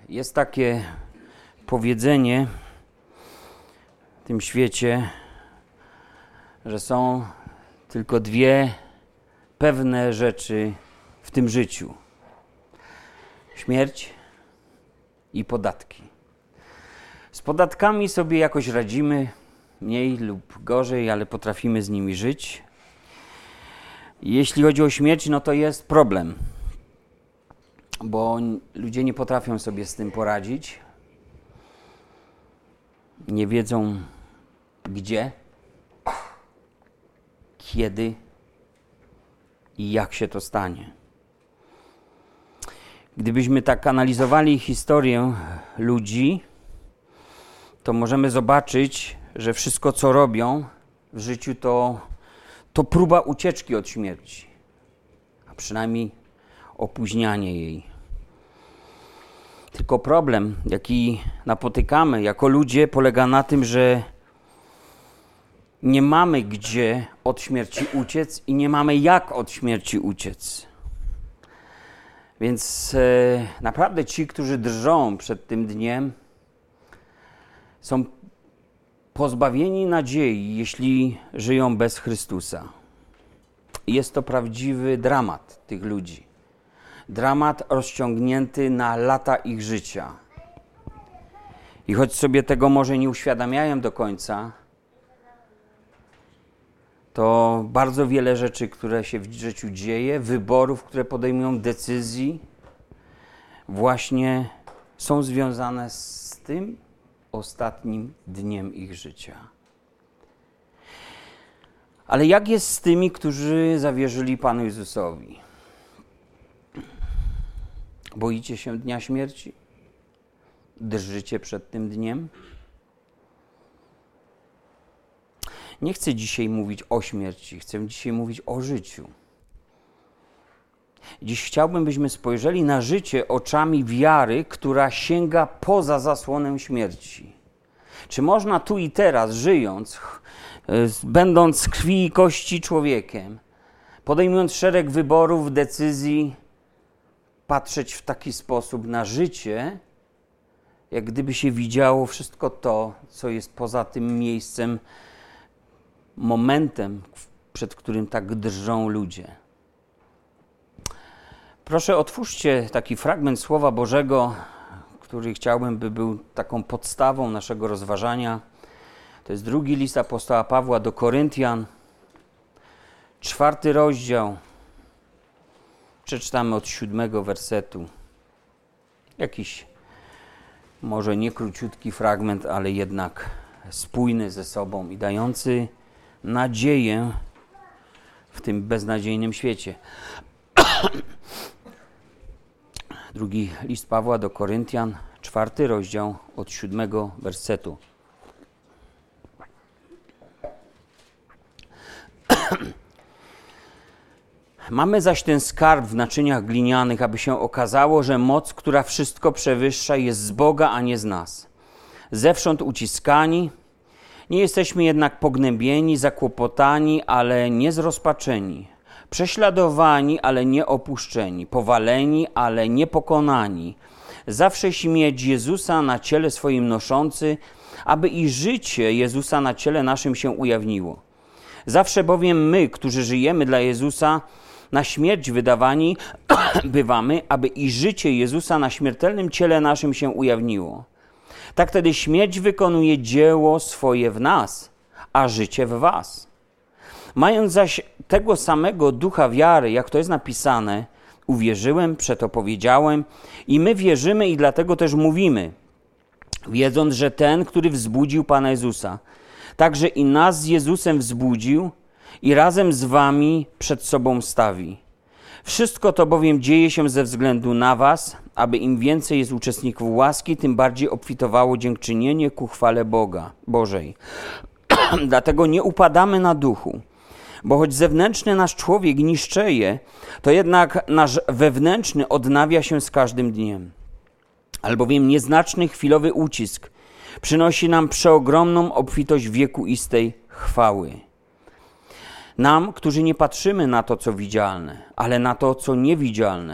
Jest takie powiedzenie w tym świecie, że są tylko dwie pewne rzeczy w tym życiu. Śmierć i podatki. Z podatkami sobie jakoś radzimy, mniej lub gorzej, ale potrafimy z nimi żyć. Jeśli chodzi o śmierć, no to jest problem, bo ludzie nie potrafią sobie z tym poradzić. Nie wiedzą gdzie, kiedy i jak się to stanie. Gdybyśmy tak analizowali historię ludzi, to możemy zobaczyć, że wszystko, co robią w życiu, to próba ucieczki od śmierci, a przynajmniej opóźnianie jej. Tylko problem, jaki napotykamy jako ludzie, polega na tym, że nie mamy gdzie od śmierci uciec i nie mamy jak od śmierci uciec. Więc naprawdę ci, którzy drżą przed tym dniem, są pozbawieni nadziei, jeśli żyją bez Chrystusa. Jest to prawdziwy dramat tych ludzi. Dramat rozciągnięty na lata ich życia. I choć sobie tego może nie uświadamiają do końca, to bardzo wiele rzeczy, które się w życiu dzieje, wyborów, które podejmują, decyzji, właśnie są związane z tym ostatnim dniem ich życia. Ale jak jest z tymi, którzy zawierzyli Panu Jezusowi? Boicie się dnia śmierci? Drżycie przed tym dniem? Nie chcę dzisiaj mówić o śmierci, chcę dzisiaj mówić o życiu. Dziś chciałbym, byśmy spojrzeli na życie oczami wiary, która sięga poza zasłonę śmierci. Czy można tu i teraz, żyjąc, będąc z krwi i kości człowiekiem, podejmując szereg wyborów, decyzji, patrzeć w taki sposób na życie, jak gdyby się widziało wszystko to, co jest poza tym miejscem, momentem, przed którym tak drżą ludzie. Proszę, otwórzcie taki fragment Słowa Bożego, który chciałbym, by był taką podstawą naszego rozważania. To jest 2 list apostoła Pawła do Koryntian, 4 rozdział. Przeczytamy od 7 wersetu. Jakiś może nie króciutki fragment, ale jednak spójny ze sobą i dający nadzieję w tym beznadziejnym świecie. 2 list Pawła do Koryntian, 4 rozdział od 7 wersetu. Mamy zaś ten skarb w naczyniach glinianych, aby się okazało, że moc, która wszystko przewyższa, jest z Boga, a nie z nas. Zewsząd uciskani, nie jesteśmy jednak pognębieni, zakłopotani, ale nie zrozpaczeni. Prześladowani, ale nie opuszczeni. Powaleni, ale nie pokonani. Zawsze śmierć Jezusa na ciele swoim noszący, aby i życie Jezusa na ciele naszym się ujawniło. Zawsze bowiem my, którzy żyjemy dla Jezusa, na śmierć wydawani bywamy, aby i życie Jezusa na śmiertelnym ciele naszym się ujawniło. Tak wtedy śmierć wykonuje dzieło swoje w nas, a życie w was. Mając zaś tego samego ducha wiary, jak to jest napisane, uwierzyłem, przeto powiedziałem i my wierzymy i dlatego też mówimy, wiedząc, że ten, który wzbudził Pana Jezusa, także i nas z Jezusem wzbudził i razem z wami przed sobą stawi. Wszystko to bowiem dzieje się ze względu na was, aby im więcej jest uczestników łaski, tym bardziej obfitowało dziękczynienie ku chwale Bożej. Dlatego nie upadamy na duchu, bo choć zewnętrzny nasz człowiek niszczeje, to jednak nasz wewnętrzny odnawia się z każdym dniem. Albowiem nieznaczny chwilowy ucisk przynosi nam przeogromną obfitość wiekuistej chwały. Nam, którzy nie patrzymy na to, co widzialne, ale na to, co niewidzialne,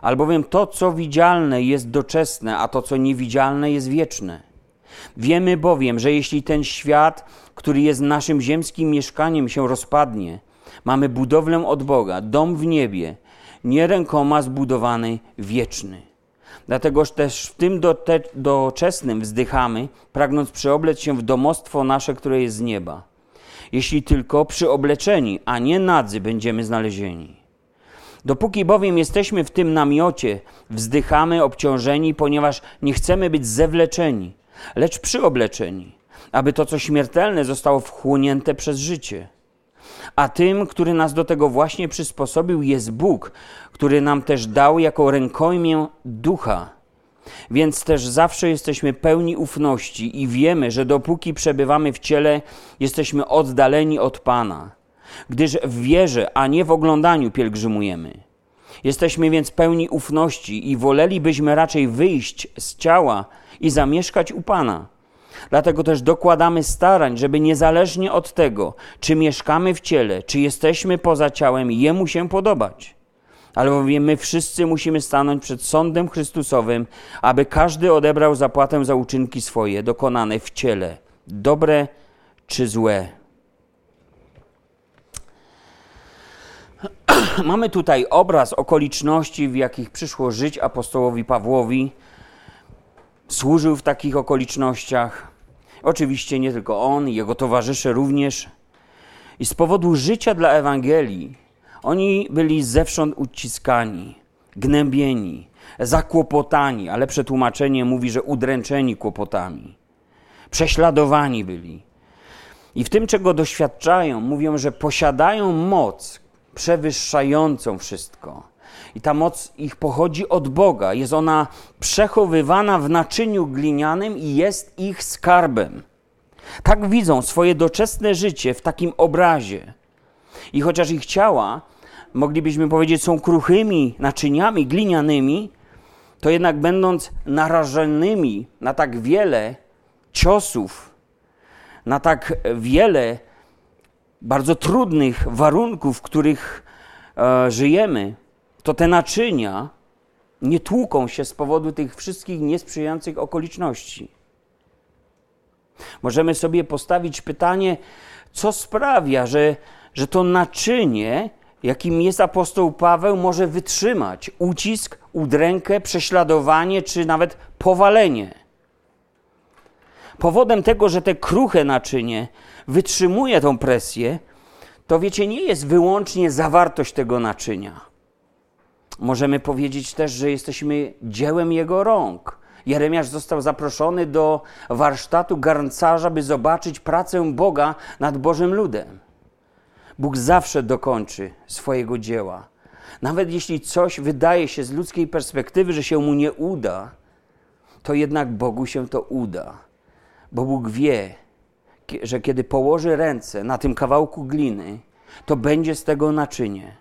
Albowiem to, co widzialne, jest doczesne, a to, co niewidzialne, jest wieczne. Wiemy bowiem, że jeśli ten świat, który jest naszym ziemskim mieszkaniem, się rozpadnie, mamy budowlę od Boga, dom w niebie, nie rękoma zbudowany, wieczny. Dlategoż też w tym doczesnym wzdychamy, pragnąc przyoblec się w domostwo nasze, które jest z nieba. Jeśli tylko przyobleczeni, a nie nadzy będziemy znalezieni. Dopóki bowiem jesteśmy w tym namiocie, wzdychamy obciążeni, ponieważ nie chcemy być zewleczeni, lecz przyobleczeni, aby to, co śmiertelne, zostało wchłonięte przez życie. A tym, który nas do tego właśnie przysposobił, jest Bóg, który nam też dał jako rękojmię Ducha. Więc też zawsze jesteśmy pełni ufności i wiemy, że dopóki przebywamy w ciele, jesteśmy oddaleni od Pana, gdyż w wierze, a nie w oglądaniu pielgrzymujemy. Jesteśmy więc pełni ufności i wolelibyśmy raczej wyjść z ciała i zamieszkać u Pana. Dlatego też dokładamy starań, żeby niezależnie od tego, czy mieszkamy w ciele, czy jesteśmy poza ciałem, Jemu się podobać. Albowiem my wszyscy musimy stanąć przed sądem Chrystusowym, aby każdy odebrał zapłatę za uczynki swoje, dokonane w ciele, dobre czy złe. Mamy tutaj obraz okoliczności, w jakich przyszło żyć apostołowi Pawłowi. Służył w takich okolicznościach. Oczywiście nie tylko on, jego towarzysze również. I z powodu życia dla Ewangelii oni byli zewsząd uciskani, gnębieni, zakłopotani, ale przetłumaczenie mówi, że udręczeni kłopotami. Prześladowani byli. I w tym, czego doświadczają, mówią, że posiadają moc przewyższającą wszystko. I ta moc ich pochodzi od Boga. Jest ona przechowywana w naczyniu glinianym i jest ich skarbem. Tak widzą swoje doczesne życie w takim obrazie. I chociaż ich ciała, moglibyśmy powiedzieć, są kruchymi naczyniami glinianymi, to jednak będąc narażonymi na tak wiele ciosów, na tak wiele bardzo trudnych warunków, w których żyjemy, to te naczynia nie tłuką się z powodu tych wszystkich niesprzyjających okoliczności. Możemy sobie postawić pytanie, co sprawia, że to naczynie, jakim jest apostoł Paweł, może wytrzymać ucisk, udrękę, prześladowanie czy nawet powalenie. Powodem tego, że te kruche naczynie wytrzymuje tą presję, to wiecie, nie jest wyłącznie zawartość tego naczynia. Możemy powiedzieć też, że jesteśmy dziełem Jego rąk. Jeremiasz został zaproszony do warsztatu garncarza, by zobaczyć pracę Boga nad Bożym ludem. Bóg zawsze dokończy swojego dzieła. Nawet jeśli coś wydaje się z ludzkiej perspektywy, że się mu nie uda, to jednak Bogu się to uda. Bo Bóg wie, że kiedy położy ręce na tym kawałku gliny, to będzie z tego naczynie.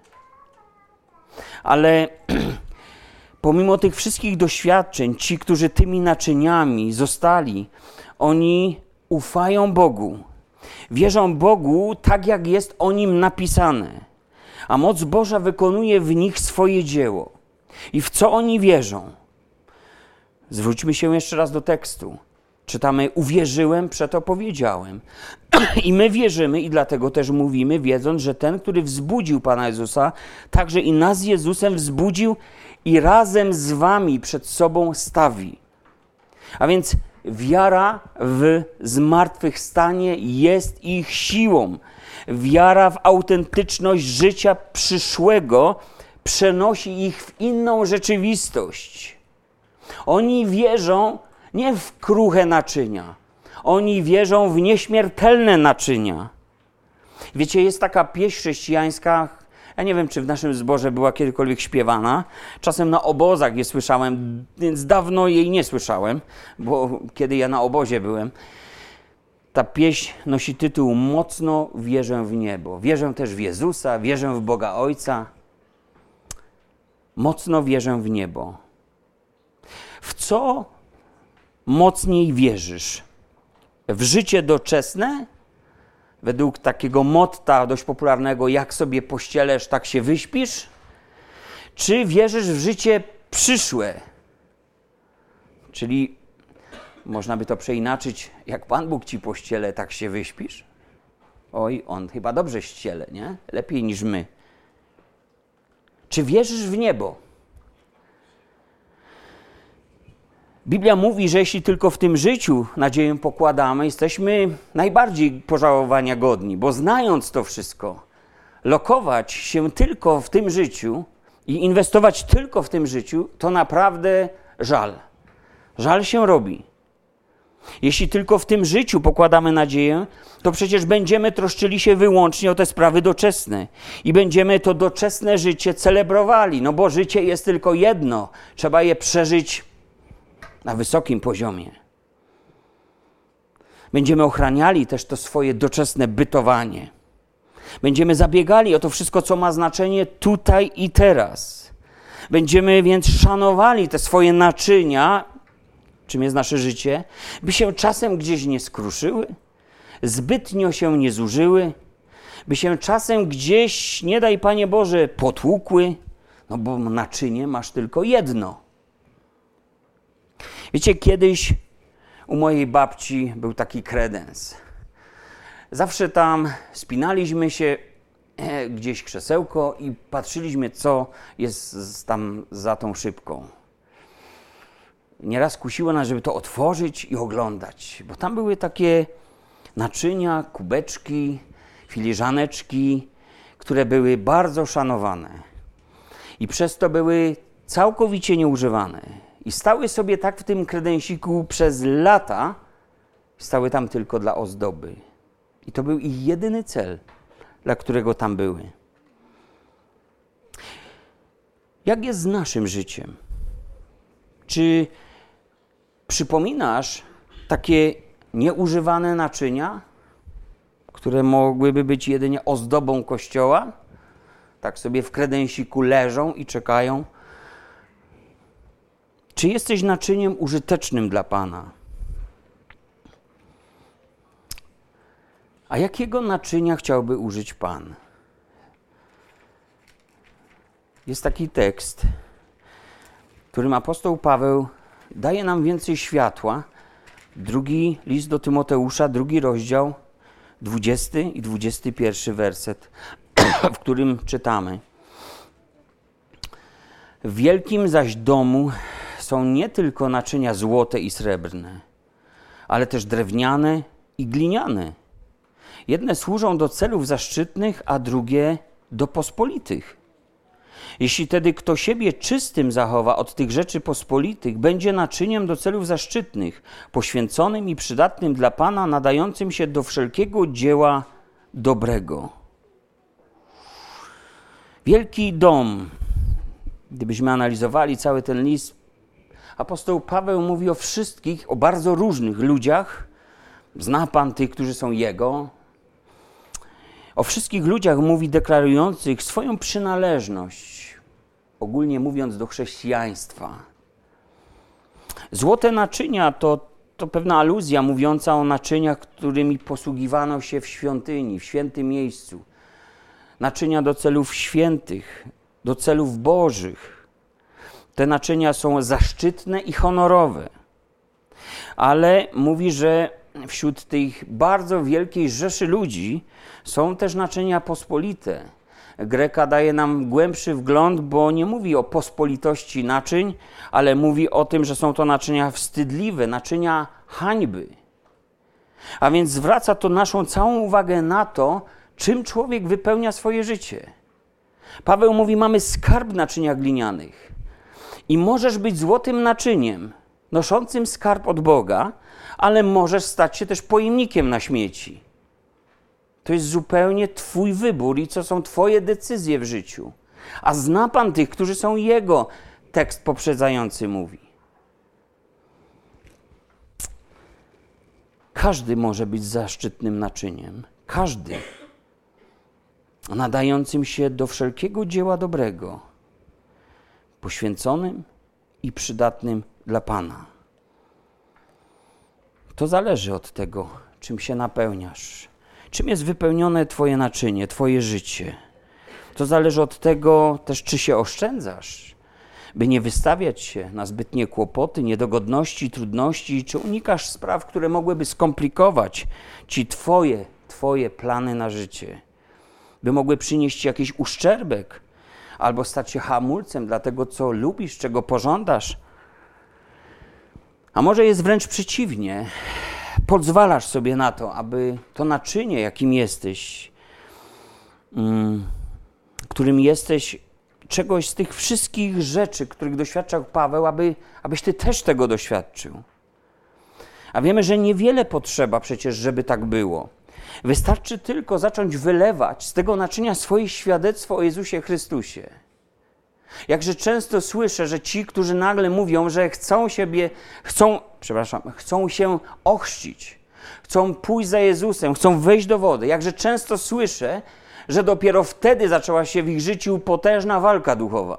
Ale pomimo tych wszystkich doświadczeń, ci, którzy tymi naczyniami zostali, oni ufają Bogu. Wierzą Bogu tak, jak jest o Nim napisane. A moc Boża wykonuje w nich swoje dzieło. I w co oni wierzą? Zwróćmy się jeszcze raz do tekstu. Czytamy, uwierzyłem, przeto powiedziałem. I my wierzymy i dlatego też mówimy, wiedząc, że ten, który wzbudził Pana Jezusa, także i nas z Jezusem wzbudził i razem z wami przed sobą stawi. A więc wiara w zmartwychwstanie jest ich siłą. Wiara w autentyczność życia przyszłego przenosi ich w inną rzeczywistość. Oni wierzą nie w kruche naczynia. Oni wierzą w nieśmiertelne naczynia. Wiecie, jest taka pieśń chrześcijańska, ja nie wiem, czy w naszym zborze była kiedykolwiek śpiewana. Czasem na obozach je słyszałem, więc dawno jej nie słyszałem, bo kiedy ja na obozie byłem. Ta pieśń nosi tytuł Mocno wierzę w niebo. Wierzę też w Jezusa, wierzę w Boga Ojca. Mocno wierzę w niebo. W co mocniej wierzysz? W życie doczesne? Według takiego motta dość popularnego, jak sobie pościelesz, tak się wyśpisz? Czy wierzysz w życie przyszłe? Czyli można by to przeinaczyć, jak Pan Bóg ci pościele, tak się wyśpisz? Oj, On chyba dobrze ściele, nie? Lepiej niż my. Czy wierzysz w niebo? Biblia mówi, że jeśli tylko w tym życiu nadzieję pokładamy, jesteśmy najbardziej pożałowania godni, bo znając to wszystko, lokować się tylko w tym życiu i inwestować tylko w tym życiu, to naprawdę żal. Żal się robi. Jeśli tylko w tym życiu pokładamy nadzieję, to przecież będziemy troszczyli się wyłącznie o te sprawy doczesne i będziemy to doczesne życie celebrowali, no bo życie jest tylko jedno, trzeba je przeżyć na wysokim poziomie. Będziemy ochraniali też to swoje doczesne bytowanie. Będziemy zabiegali o to wszystko, co ma znaczenie tutaj i teraz. Będziemy więc szanowali te swoje naczynia, czym jest nasze życie, by się czasem gdzieś nie skruszyły, zbytnio się nie zużyły, by się czasem gdzieś, nie daj Panie Boże, potłukły, no bo naczynie masz tylko jedno. Wiecie, kiedyś u mojej babci był taki kredens. Zawsze tam spinaliśmy się gdzieś krzesełko i patrzyliśmy, co jest tam za tą szybką. Nieraz kusiło nas, żeby to otworzyć i oglądać, bo tam były takie naczynia, kubeczki, filiżaneczki, które były bardzo szanowane i przez to były całkowicie nieużywane. I stały sobie tak w tym kredensiku przez lata, stały tam tylko dla ozdoby. I to był ich jedyny cel, dla którego tam były. Jak jest z naszym życiem? Czy przypominasz takie nieużywane naczynia, które mogłyby być jedynie ozdobą Kościoła? Tak sobie w kredensiku leżą i czekają. Czy jesteś naczyniem użytecznym dla Pana? A jakiego naczynia chciałby użyć Pan? Jest taki tekst, którym apostoł Paweł daje nam więcej światła. Drugi list do Tymoteusza, 2 rozdział, 20 i 21 werset, w którym czytamy: w wielkim zaś domu są nie tylko naczynia złote i srebrne, ale też drewniane i gliniane. Jedne służą do celów zaszczytnych, a drugie do pospolitych. Jeśli tedy kto siebie czystym zachowa od tych rzeczy pospolitych, będzie naczyniem do celów zaszczytnych, poświęconym i przydatnym dla Pana, nadającym się do wszelkiego dzieła dobrego. Wielki dom. Gdybyśmy analizowali cały ten list, apostoł Paweł mówi o wszystkich, o bardzo różnych ludziach. Zna Pan tych, którzy są Jego. O wszystkich ludziach mówi, deklarujących swoją przynależność, ogólnie mówiąc, do chrześcijaństwa. Złote naczynia to pewna aluzja mówiąca o naczyniach, którymi posługiwano się w świątyni, w świętym miejscu. Naczynia do celów świętych, do celów bożych. Te naczynia są zaszczytne i honorowe. Ale mówi, że wśród tych bardzo wielkiej rzeszy ludzi są też naczynia pospolite. Greka daje nam głębszy wgląd, bo nie mówi o pospolitości naczyń, ale mówi o tym, że są to naczynia wstydliwe, naczynia hańby. A więc zwraca to naszą całą uwagę na to, czym człowiek wypełnia swoje życie. Paweł mówi, mamy skarb naczynia glinianych i możesz być złotym naczyniem, noszącym skarb od Boga, ale możesz stać się też pojemnikiem na śmieci. To jest zupełnie Twój wybór i co są Twoje decyzje w życiu. A zna Pan tych, którzy są Jego, tekst poprzedzający mówi. Każdy może być zaszczytnym naczyniem. Każdy. Nadającym się do wszelkiego dzieła dobrego. Poświęconym i przydatnym dla Pana. To zależy od tego, czym się napełniasz. Czym jest wypełnione Twoje naczynie, Twoje życie. To zależy od tego też, czy się oszczędzasz, by nie wystawiać się na zbytnie kłopoty, niedogodności, trudności, czy unikasz spraw, które mogłyby skomplikować ci twoje plany na życie, by mogły przynieść ci jakiś uszczerbek albo stać się hamulcem dla tego, co lubisz, czego pożądasz. A może jest wręcz przeciwnie. Pozwalasz sobie na to, aby to naczynie, jakim jesteś, którym jesteś, czegoś z tych wszystkich rzeczy, których doświadczał Paweł, abyś ty też tego doświadczył. A wiemy, że niewiele potrzeba przecież, żeby tak było. Wystarczy tylko zacząć wylewać z tego naczynia swoje świadectwo o Jezusie Chrystusie. Jakże często słyszę, że ci, którzy nagle mówią, że chcą się ochrzcić, chcą pójść za Jezusem, chcą wejść do wody. Jakże często słyszę, że dopiero wtedy zaczęła się w ich życiu potężna walka duchowa.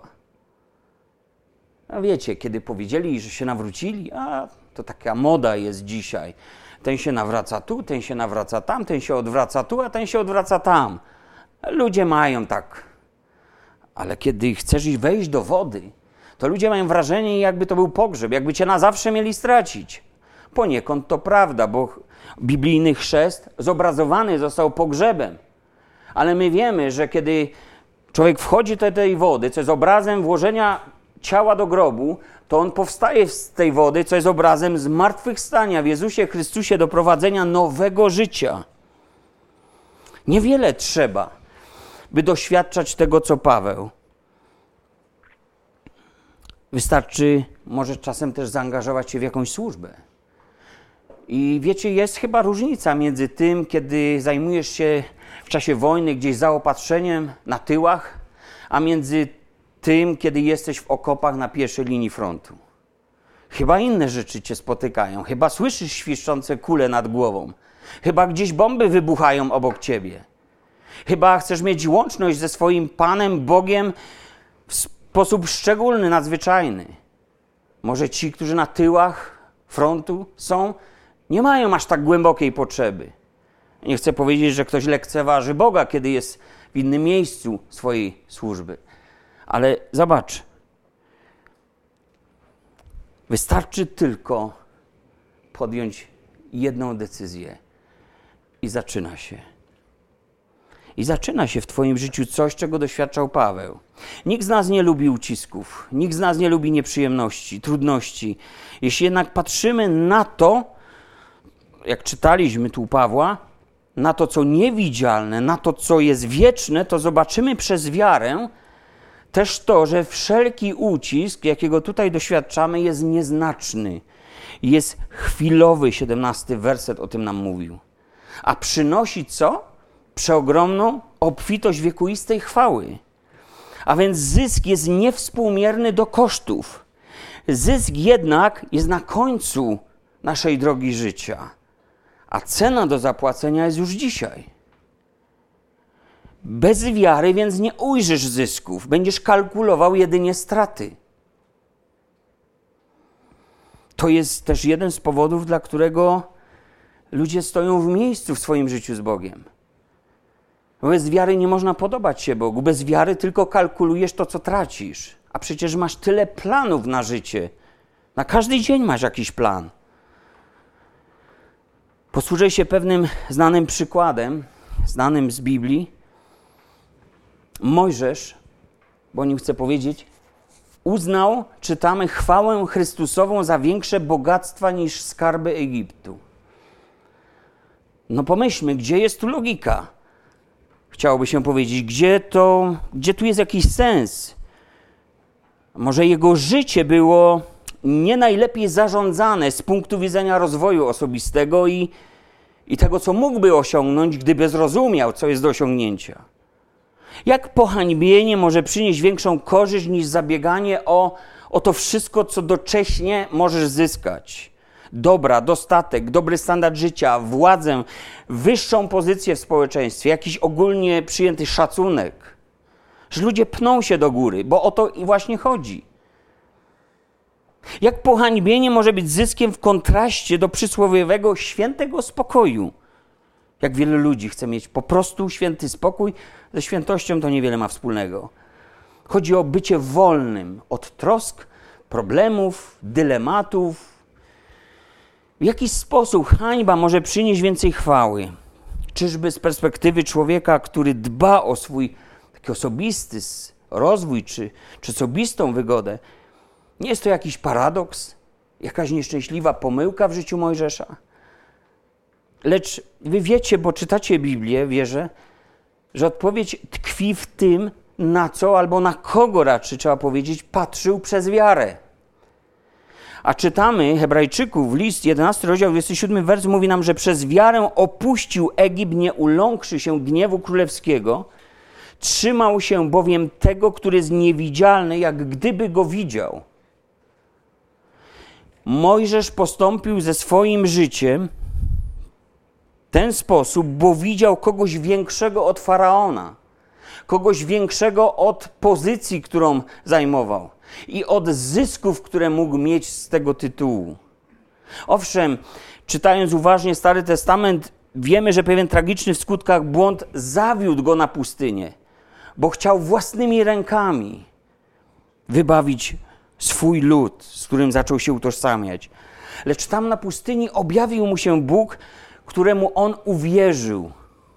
A wiecie, kiedy powiedzieli, że się nawrócili, to taka moda jest dzisiaj. Ten się nawraca tu, ten się nawraca tam, ten się odwraca tu, a ten się odwraca tam. Ludzie mają tak. Ale kiedy chcesz wejść do wody, to ludzie mają wrażenie, jakby to był pogrzeb, jakby cię na zawsze mieli stracić. Poniekąd to prawda, bo biblijny chrzest zobrazowany został pogrzebem. Ale my wiemy, że kiedy człowiek wchodzi do tej wody, co jest obrazem włożenia ciała do grobu, to on powstaje z tej wody, co jest obrazem zmartwychwstania w Jezusie Chrystusie do prowadzenia nowego życia. Niewiele trzeba, by doświadczać tego, co Paweł. Wystarczy może czasem też zaangażować się w jakąś służbę. I wiecie, jest chyba różnica między tym, kiedy zajmujesz się w czasie wojny gdzieś zaopatrzeniem na tyłach, a między tym, kiedy jesteś w okopach na pierwszej linii frontu. Chyba inne rzeczy cię spotykają. Chyba słyszysz świszczące kule nad głową. Chyba gdzieś bomby wybuchają obok ciebie. Chyba chcesz mieć łączność ze swoim Panem Bogiem w sposób szczególny, nadzwyczajny. Może ci, którzy na tyłach frontu są, nie mają aż tak głębokiej potrzeby. Nie chcę powiedzieć, że ktoś lekceważy Boga, kiedy jest w innym miejscu swojej służby. Ale zobacz, wystarczy tylko podjąć jedną decyzję i zaczyna się. I zaczyna się w twoim życiu coś, czego doświadczał Paweł. Nikt z nas nie lubi ucisków, nikt z nas nie lubi nieprzyjemności, trudności. Jeśli jednak patrzymy na to, jak czytaliśmy tu Pawła, na to, co niewidzialne, na to, co jest wieczne, to zobaczymy przez wiarę też to, że wszelki ucisk, jakiego tutaj doświadczamy, jest nieznaczny. Jest chwilowy, 17 werset o tym nam mówił. A przynosi co? Przeogromną obfitość wiekuistej chwały. A więc zysk jest niewspółmierny do kosztów. Zysk jednak jest na końcu naszej drogi życia. A cena do zapłacenia jest już dzisiaj. Bez wiary więc nie ujrzysz zysków. Będziesz kalkulował jedynie straty. To jest też jeden z powodów, dla którego ludzie stoją w miejscu w swoim życiu z Bogiem. Bez wiary nie można podobać się Bogu. Bez wiary tylko kalkulujesz to, co tracisz. A przecież masz tyle planów na życie. Na każdy dzień masz jakiś plan. Posłużę się pewnym znanym przykładem, znanym z Biblii. Mojżesz, bo o nim chcę powiedzieć, uznał, czytamy, chwałę Chrystusową za większe bogactwa niż skarby Egiptu. No pomyślmy, gdzie jest tu logika? Chciałoby się powiedzieć, gdzie tu jest jakiś sens? Może jego życie było nie najlepiej zarządzane z punktu widzenia rozwoju osobistego i tego, co mógłby osiągnąć, gdyby zrozumiał, co jest do osiągnięcia. Jak pohańbienie może przynieść większą korzyść niż zabieganie o to wszystko, co docześnie możesz zyskać? Dobra, dostatek, dobry standard życia, władzę, wyższą pozycję w społeczeństwie, jakiś ogólnie przyjęty szacunek. Że ludzie pną się do góry, bo o to i właśnie chodzi. Jak pohańbienie może być zyskiem w kontraście do przysłowiowego świętego spokoju, Jak wielu ludzi chce mieć po prostu święty spokój, ze świętością to niewiele ma wspólnego. Chodzi o bycie wolnym od trosk, problemów, dylematów. W jaki sposób hańba może przynieść więcej chwały? Czyżby z perspektywy człowieka, który dba o swój taki osobisty rozwój czy osobistą wygodę, nie jest to jakiś paradoks? Jakaś nieszczęśliwa pomyłka w życiu Mojżesza? Lecz wy wiecie, bo czytacie Biblię, wierzę, że odpowiedź tkwi w tym, na co albo na kogo raczej trzeba powiedzieć, patrzył przez wiarę. A czytamy Hebrajczyków, list 11 rozdział 27 wers mówi nam, że przez wiarę opuścił Egipt, nie uląkłszy się gniewu królewskiego, trzymał się bowiem tego, który jest niewidzialny, jak gdyby go widział. Mojżesz postąpił ze swoim życiem w ten sposób, bo widział kogoś większego od Faraona, kogoś większego od pozycji, którą zajmował i od zysków, które mógł mieć z tego tytułu. Owszem, czytając uważnie Stary Testament, wiemy, że pewien tragiczny w skutkach błąd zawiódł go na pustynię, bo chciał własnymi rękami wybawić swój lud, z którym zaczął się utożsamiać. Lecz tam na pustyni objawił mu się Bóg, któremu on uwierzył.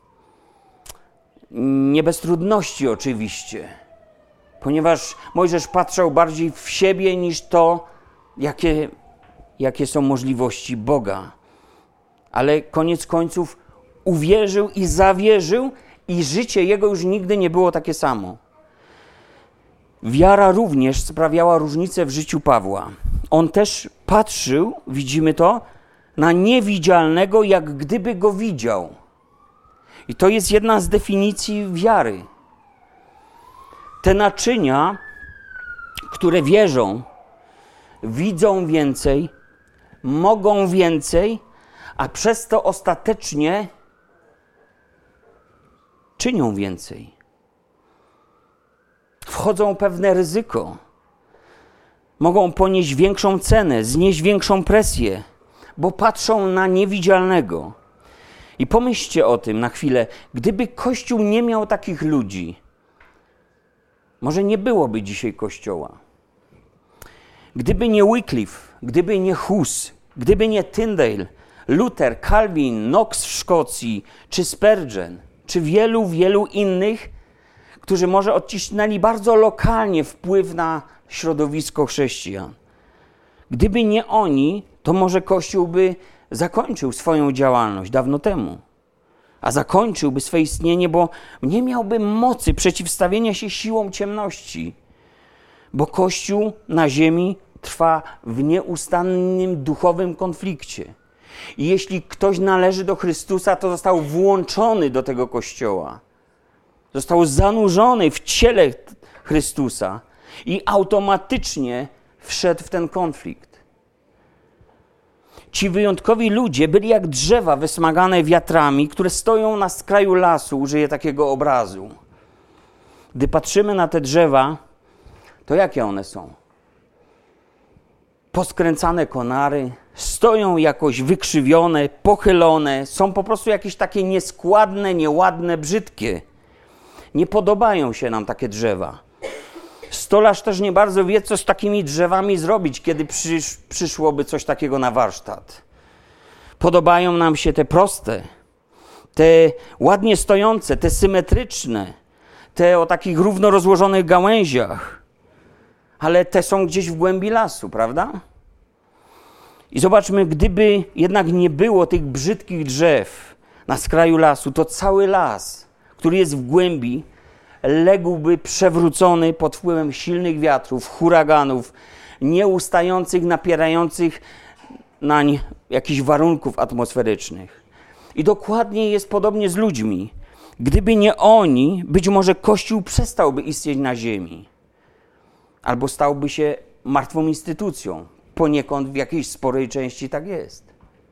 Nie bez trudności oczywiście, ponieważ Mojżesz patrzał bardziej w siebie niż to, jakie są możliwości Boga. Ale koniec końców uwierzył i zawierzył i życie jego już nigdy nie było takie samo. Wiara również sprawiała różnicę w życiu Pawła. On też patrzył, widzimy to, na niewidzialnego, jak gdyby go widział. I to jest jedna z definicji wiary. Te naczynia, które wierzą, widzą więcej, mogą więcej, a przez to ostatecznie czynią więcej. Wchodzą w pewne ryzyko. Mogą ponieść większą cenę, znieść większą presję, bo patrzą na niewidzialnego. I pomyślcie o tym na chwilę. Gdyby Kościół nie miał takich ludzi, może nie byłoby dzisiaj Kościoła. Gdyby nie Wycliffe, gdyby nie Hus, gdyby nie Tyndale, Luther, Calvin, Knox w Szkocji, czy Spurgeon, czy wielu innych, którzy może odcisnęli bardzo lokalnie wpływ na środowisko chrześcijan. Gdyby nie oni, to może Kościół by zakończył swoją działalność dawno temu. A zakończyłby swoje istnienie, bo nie miałby mocy przeciwstawienia się siłom ciemności. Bo Kościół na ziemi trwa w nieustannym duchowym konflikcie. I jeśli ktoś należy do Chrystusa, to został włączony do tego Kościoła. Został zanurzony w ciele Chrystusa i automatycznie wszedł w ten konflikt. Ci wyjątkowi ludzie byli jak drzewa wysmagane wiatrami, które stoją na skraju lasu, użyję takiego obrazu. Gdy patrzymy na te drzewa, to jakie one są? Poskręcane konary, stoją jakoś wykrzywione, pochylone, są po prostu jakieś takie nieskładne, nieładne, brzydkie. Nie podobają się nam takie drzewa. Stolarz też nie bardzo wie, co z takimi drzewami zrobić, kiedy przyszłoby coś takiego na warsztat. Podobają nam się te proste, te ładnie stojące, te symetryczne, te o takich równo rozłożonych gałęziach. Ale te są gdzieś w głębi lasu, prawda? I zobaczmy, gdyby jednak nie było tych brzydkich drzew na skraju lasu, to cały las, który jest w głębi, ległby przewrócony pod wpływem silnych wiatrów, huraganów, nieustających, napierających nań jakichś warunków atmosferycznych. I dokładnie jest podobnie z ludźmi. Gdyby nie oni, być może Kościół przestałby istnieć na ziemi. Albo stałby się martwą instytucją. Poniekąd w jakiejś sporej części tak jest.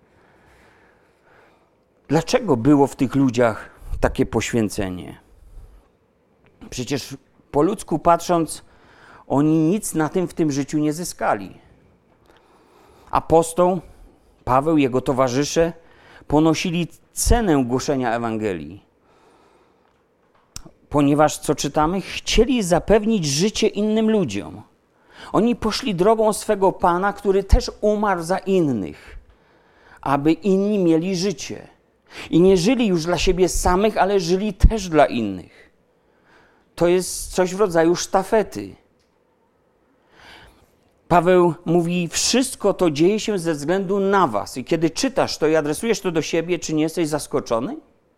Dlaczego było w tych ludziach takie poświęcenie? Przecież po ludzku patrząc, oni nic na tym w tym życiu nie zyskali. Apostoł, Paweł, jego towarzysze ponosili cenę głoszenia Ewangelii. Ponieważ, co czytamy, chcieli zapewnić życie innym ludziom. Oni poszli drogą swego Pana, który też umarł za innych, aby inni mieli życie. I nie żyli już dla siebie samych, ale żyli też dla innych. To jest coś w rodzaju sztafety. Paweł mówi, wszystko to dzieje się ze względu na was. I kiedy czytasz to i adresujesz to do siebie, czy nie jesteś zaskoczony?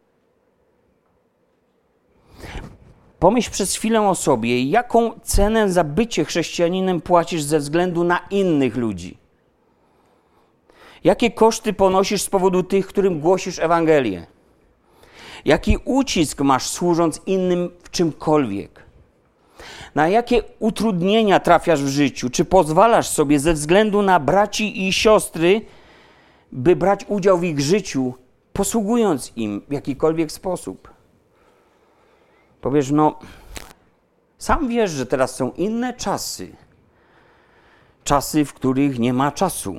Pomyśl przez chwilę o sobie, jaką cenę za bycie chrześcijaninem płacisz ze względu na innych ludzi. Jakie koszty ponosisz z powodu tych, którym głosisz Ewangelię? Jaki ucisk masz służąc innym w czymkolwiek? Na jakie utrudnienia trafiasz w życiu? Czy pozwalasz sobie ze względu na braci i siostry, by brać udział w ich życiu, posługując im w jakikolwiek sposób? Powiesz, sam wiesz, że teraz są inne czasy. Czasy, w których nie ma czasu.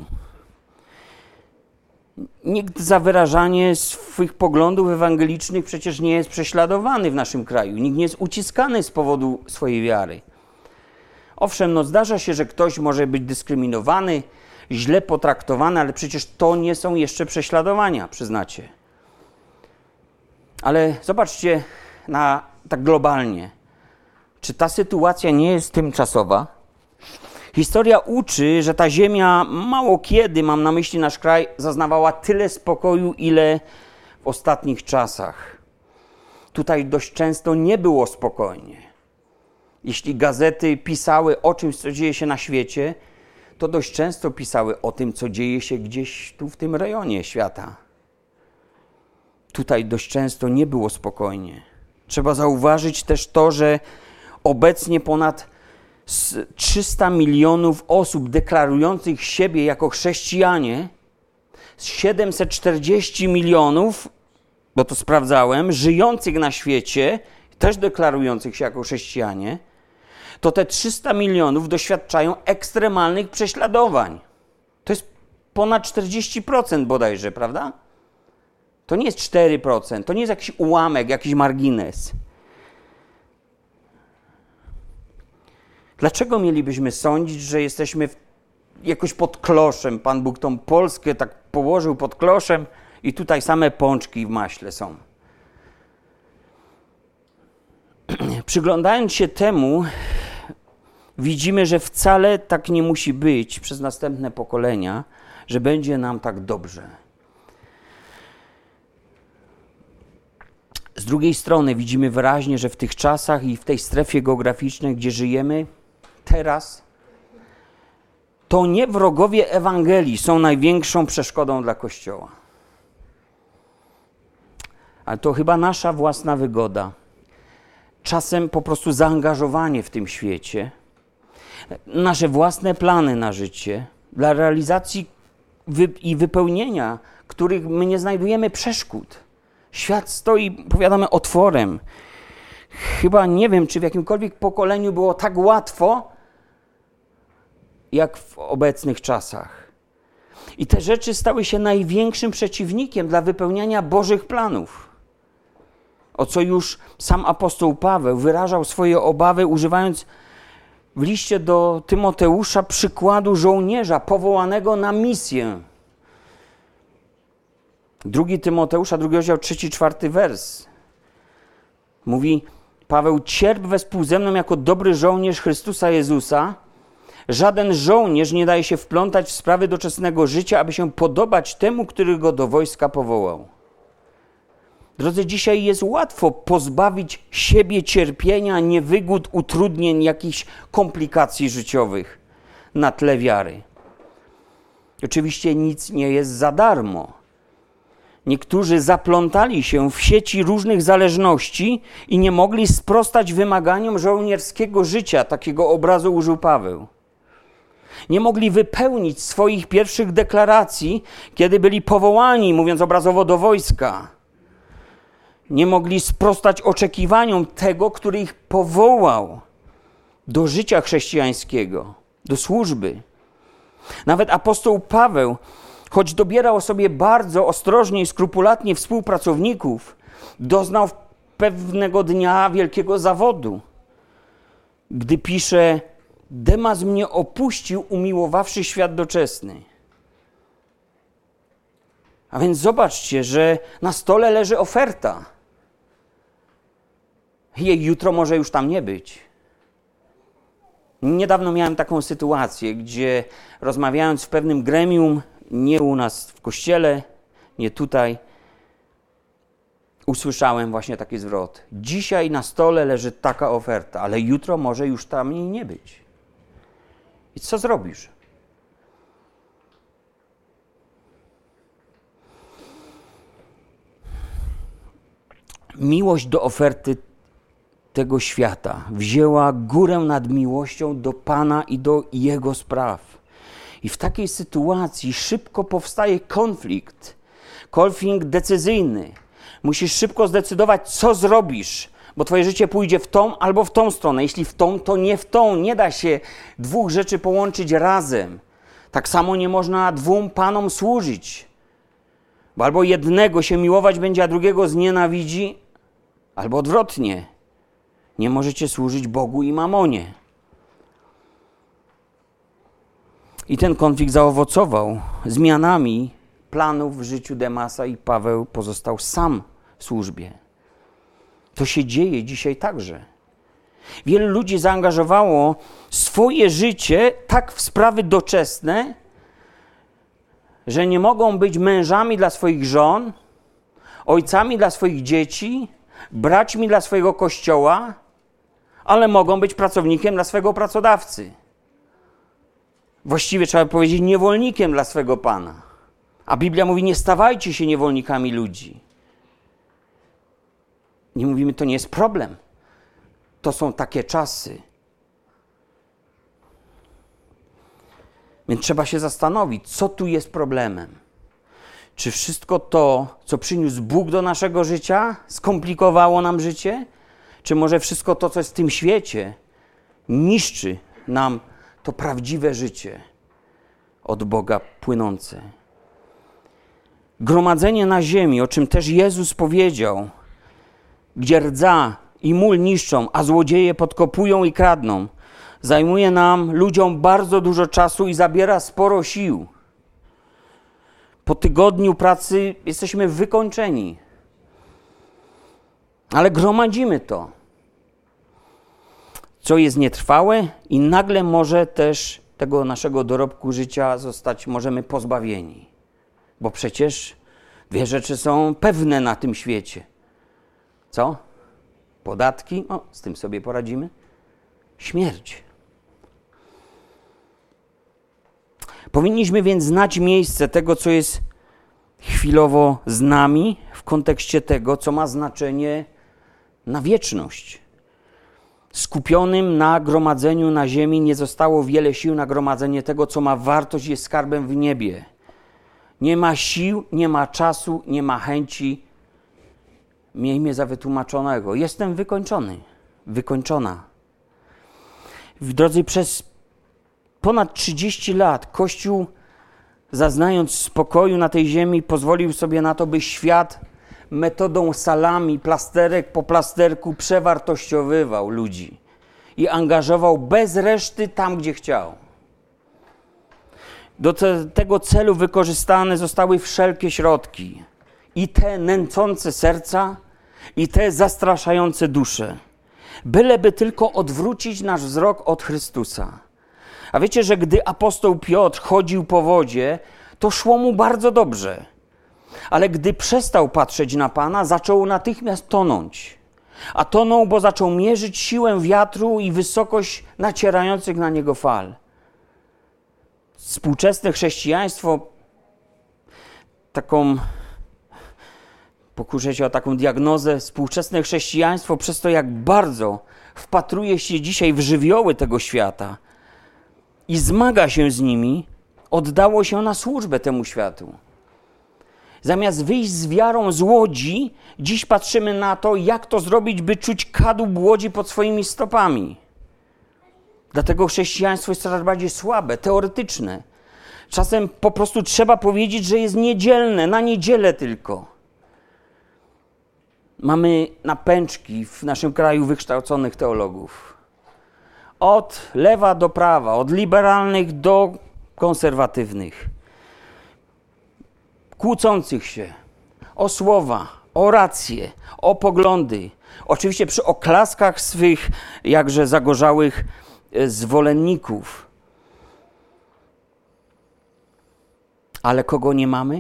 Nikt za wyrażanie swych poglądów ewangelicznych przecież nie jest prześladowany w naszym kraju. Nikt nie jest uciskany z powodu swojej wiary. Owszem, zdarza się, że ktoś może być dyskryminowany, źle potraktowany, ale przecież to nie są jeszcze prześladowania, przyznacie. Ale zobaczcie tak globalnie. Czy ta sytuacja nie jest tymczasowa? Historia uczy, że ta ziemia mało kiedy, mam na myśli nasz kraj, zaznawała tyle spokoju, ile w ostatnich czasach. Tutaj dość często nie było spokojnie. Jeśli gazety pisały o czymś, co dzieje się na świecie, to dość często pisały o tym, co dzieje się gdzieś tu w tym rejonie świata. Tutaj dość często nie było spokojnie. Trzeba zauważyć też to, że obecnie ponad 300 milionów osób deklarujących siebie jako chrześcijanie, 740 milionów, bo to sprawdzałem, żyjących na świecie, też deklarujących się jako chrześcijanie, to te 300 milionów doświadczają ekstremalnych prześladowań. To jest ponad 40% bodajże, prawda? To nie jest 4%, to nie jest jakiś ułamek, jakiś margines. Dlaczego mielibyśmy sądzić, że jesteśmy jakoś pod kloszem? Pan Bóg tą Polskę tak położył pod kloszem i tutaj same pączki w maśle są. Przyglądając się temu, widzimy, że wcale tak nie musi być przez następne pokolenia, że będzie nam tak dobrze. Z drugiej strony widzimy wyraźnie, że w tych czasach i w tej strefie geograficznej, gdzie żyjemy teraz, to nie wrogowie Ewangelii są największą przeszkodą dla Kościoła. Ale to chyba nasza własna wygoda. Czasem po prostu zaangażowanie w tym świecie, nasze własne plany na życie, dla realizacji i wypełnienia, których my nie znajdujemy przeszkód. Świat stoi, powiadamy, otworem. Chyba nie wiem, czy w jakimkolwiek pokoleniu było tak łatwo, jak w obecnych czasach. I te rzeczy stały się największym przeciwnikiem dla wypełniania Bożych planów. O co już sam apostoł Paweł wyrażał swoje obawy, używając w liście do Tymoteusza przykładu żołnierza powołanego na misję. 2 Tymoteusza, 2 rozdział, 3-4 wers. Mówi Paweł, cierp wespół ze mną jako dobry żołnierz Chrystusa Jezusa. Żaden żołnierz nie daje się wplątać w sprawy doczesnego życia, aby się podobać temu, który go do wojska powołał. Drodzy, dzisiaj jest łatwo pozbawić siebie cierpienia, niewygód, utrudnień, jakichś komplikacji życiowych na tle wiary. Oczywiście nic nie jest za darmo. Niektórzy zaplątali się w sieci różnych zależności i nie mogli sprostać wymaganiom żołnierskiego życia. Takiego obrazu użył Paweł. Nie mogli wypełnić swoich pierwszych deklaracji, kiedy byli powołani, mówiąc obrazowo, do wojska. Nie mogli sprostać oczekiwaniom tego, który ich powołał do życia chrześcijańskiego, do służby. Nawet apostoł Paweł choć dobierał sobie bardzo ostrożnie i skrupulatnie współpracowników, doznał pewnego dnia wielkiego zawodu, gdy pisze: Demas mnie opuścił, umiłowawszy świat doczesny. A więc zobaczcie, że na stole leży oferta. Jej jutro może już tam nie być. Niedawno miałem taką sytuację, gdzie rozmawiając w pewnym gremium, nie u nas w kościele, nie tutaj, usłyszałem właśnie taki zwrot. Dzisiaj na stole leży taka oferta, ale jutro może już tam jej nie być. I co zrobisz? Miłość do oferty tego świata wzięła górę nad miłością do Pana i do Jego spraw. I w takiej sytuacji szybko powstaje konflikt decyzyjny. Musisz szybko zdecydować, co zrobisz, bo twoje życie pójdzie w tą albo w tą stronę. Jeśli w tą, to nie w tą. Nie da się dwóch rzeczy połączyć razem. Tak samo nie można dwóm panom służyć. Bo albo jednego się miłować będzie, a drugiego znienawidzi, albo odwrotnie. Nie możecie służyć Bogu i mamonie. I ten konflikt zaowocował zmianami planów w życiu Demasa i Paweł pozostał sam w służbie. To się dzieje dzisiaj także. Wielu ludzi zaangażowało swoje życie tak w sprawy doczesne, że nie mogą być mężami dla swoich żon, ojcami dla swoich dzieci, braćmi dla swojego kościoła, ale mogą być pracownikiem dla swego pracodawcy. Właściwie trzeba powiedzieć niewolnikiem dla swego Pana. A Biblia mówi, nie stawajcie się niewolnikami ludzi. Nie mówimy, to nie jest problem. To są takie czasy. Więc trzeba się zastanowić, co tu jest problemem. Czy wszystko to, co przyniósł Bóg do naszego życia, skomplikowało nam życie? Czy może wszystko to, co jest w tym świecie, niszczy nam to prawdziwe życie od Boga płynące? Gromadzenie na ziemi, o czym też Jezus powiedział, gdzie rdza i mól niszczą, a złodzieje podkopują i kradną, zajmuje nam, ludziom, bardzo dużo czasu i zabiera sporo sił. Po tygodniu pracy jesteśmy wykończeni. Ale gromadzimy to, co jest nietrwałe i nagle może też tego naszego dorobku życia możemy pozbawieni. Bo przecież dwie rzeczy są pewne na tym świecie. Co? Podatki? Z tym sobie poradzimy. Śmierć. Powinniśmy więc znać miejsce tego, co jest chwilowo z nami w kontekście tego, co ma znaczenie na wieczność. Skupionym na gromadzeniu na ziemi nie zostało wiele sił na gromadzenie tego, co ma wartość, jest skarbem w niebie. Nie ma sił, nie ma czasu, nie ma chęci. Miejmy za wytłumaczonego. Jestem wykończony, wykończona. Drodzy, przez ponad 30 lat Kościół, zaznając spokoju na tej ziemi, pozwolił sobie na to, by świat metodą salami, plasterek po plasterku przewartościowywał ludzi i angażował bez reszty tam, gdzie chciał. Do tego celu wykorzystane zostały wszelkie środki. I te nęcące serca, i te zastraszające dusze. Byleby tylko odwrócić nasz wzrok od Chrystusa. A wiecie, że gdy apostoł Piotr chodził po wodzie, to szło mu bardzo dobrze. Ale gdy przestał patrzeć na Pana, zaczął natychmiast tonąć. A tonął, bo zaczął mierzyć siłę wiatru i wysokość nacierających na niego fal. Współczesne chrześcijaństwo, pokuszę się o taką diagnozę, współczesne chrześcijaństwo przez to, jak bardzo wpatruje się dzisiaj w żywioły tego świata i zmaga się z nimi, oddało się na służbę temu światu. Zamiast wyjść z wiarą z łodzi, dziś patrzymy na to, jak to zrobić, by czuć kadłub łodzi pod swoimi stopami. Dlatego chrześcijaństwo jest coraz bardziej słabe, teoretyczne. Czasem po prostu trzeba powiedzieć, że jest niedzielne, na niedzielę tylko. Mamy napęczki w naszym kraju wykształconych teologów. Od lewa do prawa, od liberalnych do konserwatywnych. Kłócących się o słowa, o racje, o poglądy. Oczywiście przy oklaskach swych jakże zagorzałych zwolenników. Ale kogo nie mamy?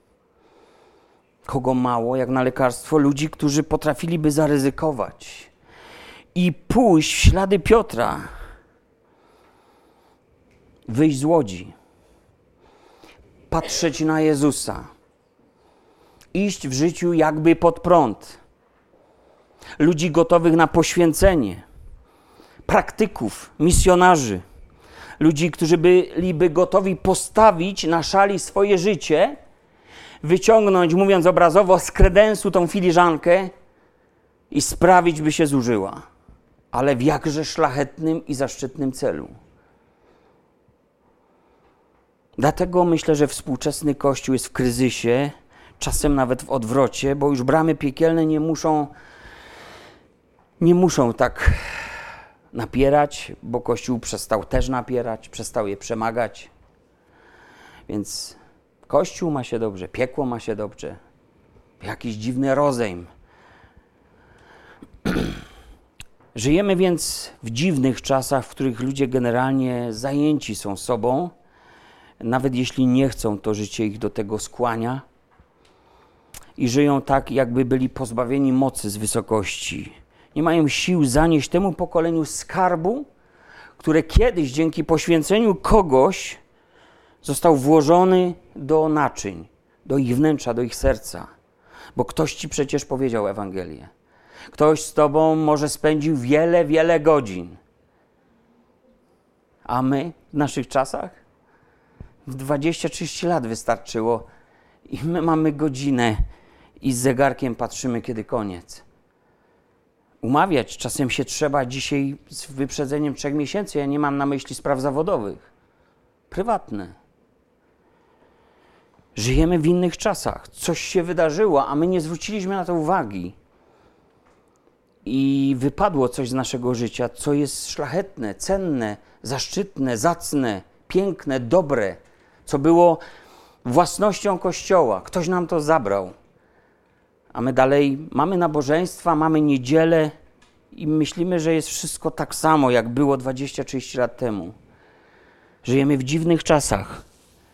Kogo mało, jak na lekarstwo? Ludzi, którzy potrafiliby zaryzykować i pójść w ślady Piotra. Wyjść z łodzi. Patrzeć na Jezusa. Iść w życiu jakby pod prąd. Ludzi gotowych na poświęcenie. Praktyków, misjonarzy. Ludzi, którzy byliby gotowi postawić na szali swoje życie, wyciągnąć, mówiąc obrazowo, z kredensu tą filiżankę i sprawić, by się zużyła. Ale w jakże szlachetnym i zaszczytnym celu. Dlatego myślę, że współczesny Kościół jest w kryzysie, czasem nawet w odwrocie, bo już bramy piekielne nie muszą tak napierać, bo Kościół przestał też napierać, przestał je przemagać. Więc Kościół ma się dobrze, piekło ma się dobrze. Jakiś dziwny rozejm. Żyjemy więc w dziwnych czasach, w których ludzie generalnie zajęci są sobą. Nawet jeśli nie chcą, to życie ich do tego skłania. I żyją tak, jakby byli pozbawieni mocy z wysokości. Nie mają sił zanieść temu pokoleniu skarbu, które kiedyś dzięki poświęceniu kogoś został włożony do naczyń, do ich wnętrza, do ich serca. Bo ktoś ci przecież powiedział Ewangelię. Ktoś z tobą może spędził wiele, wiele godzin. A my w naszych czasach? W 20-30 lat wystarczyło i my mamy godzinę i z zegarkiem patrzymy, kiedy koniec. Umawiać czasem się trzeba dzisiaj z wyprzedzeniem 3 miesięcy. Ja nie mam na myśli spraw zawodowych. Prywatne. Żyjemy w innych czasach. Coś się wydarzyło, a my nie zwróciliśmy na to uwagi. I wypadło coś z naszego życia, co jest szlachetne, cenne, zaszczytne, zacne, piękne, dobre, co było własnością Kościoła. Ktoś nam to zabrał. A my dalej mamy nabożeństwa, mamy niedzielę i myślimy, że jest wszystko tak samo, jak było 20-30 lat temu. Żyjemy w dziwnych czasach.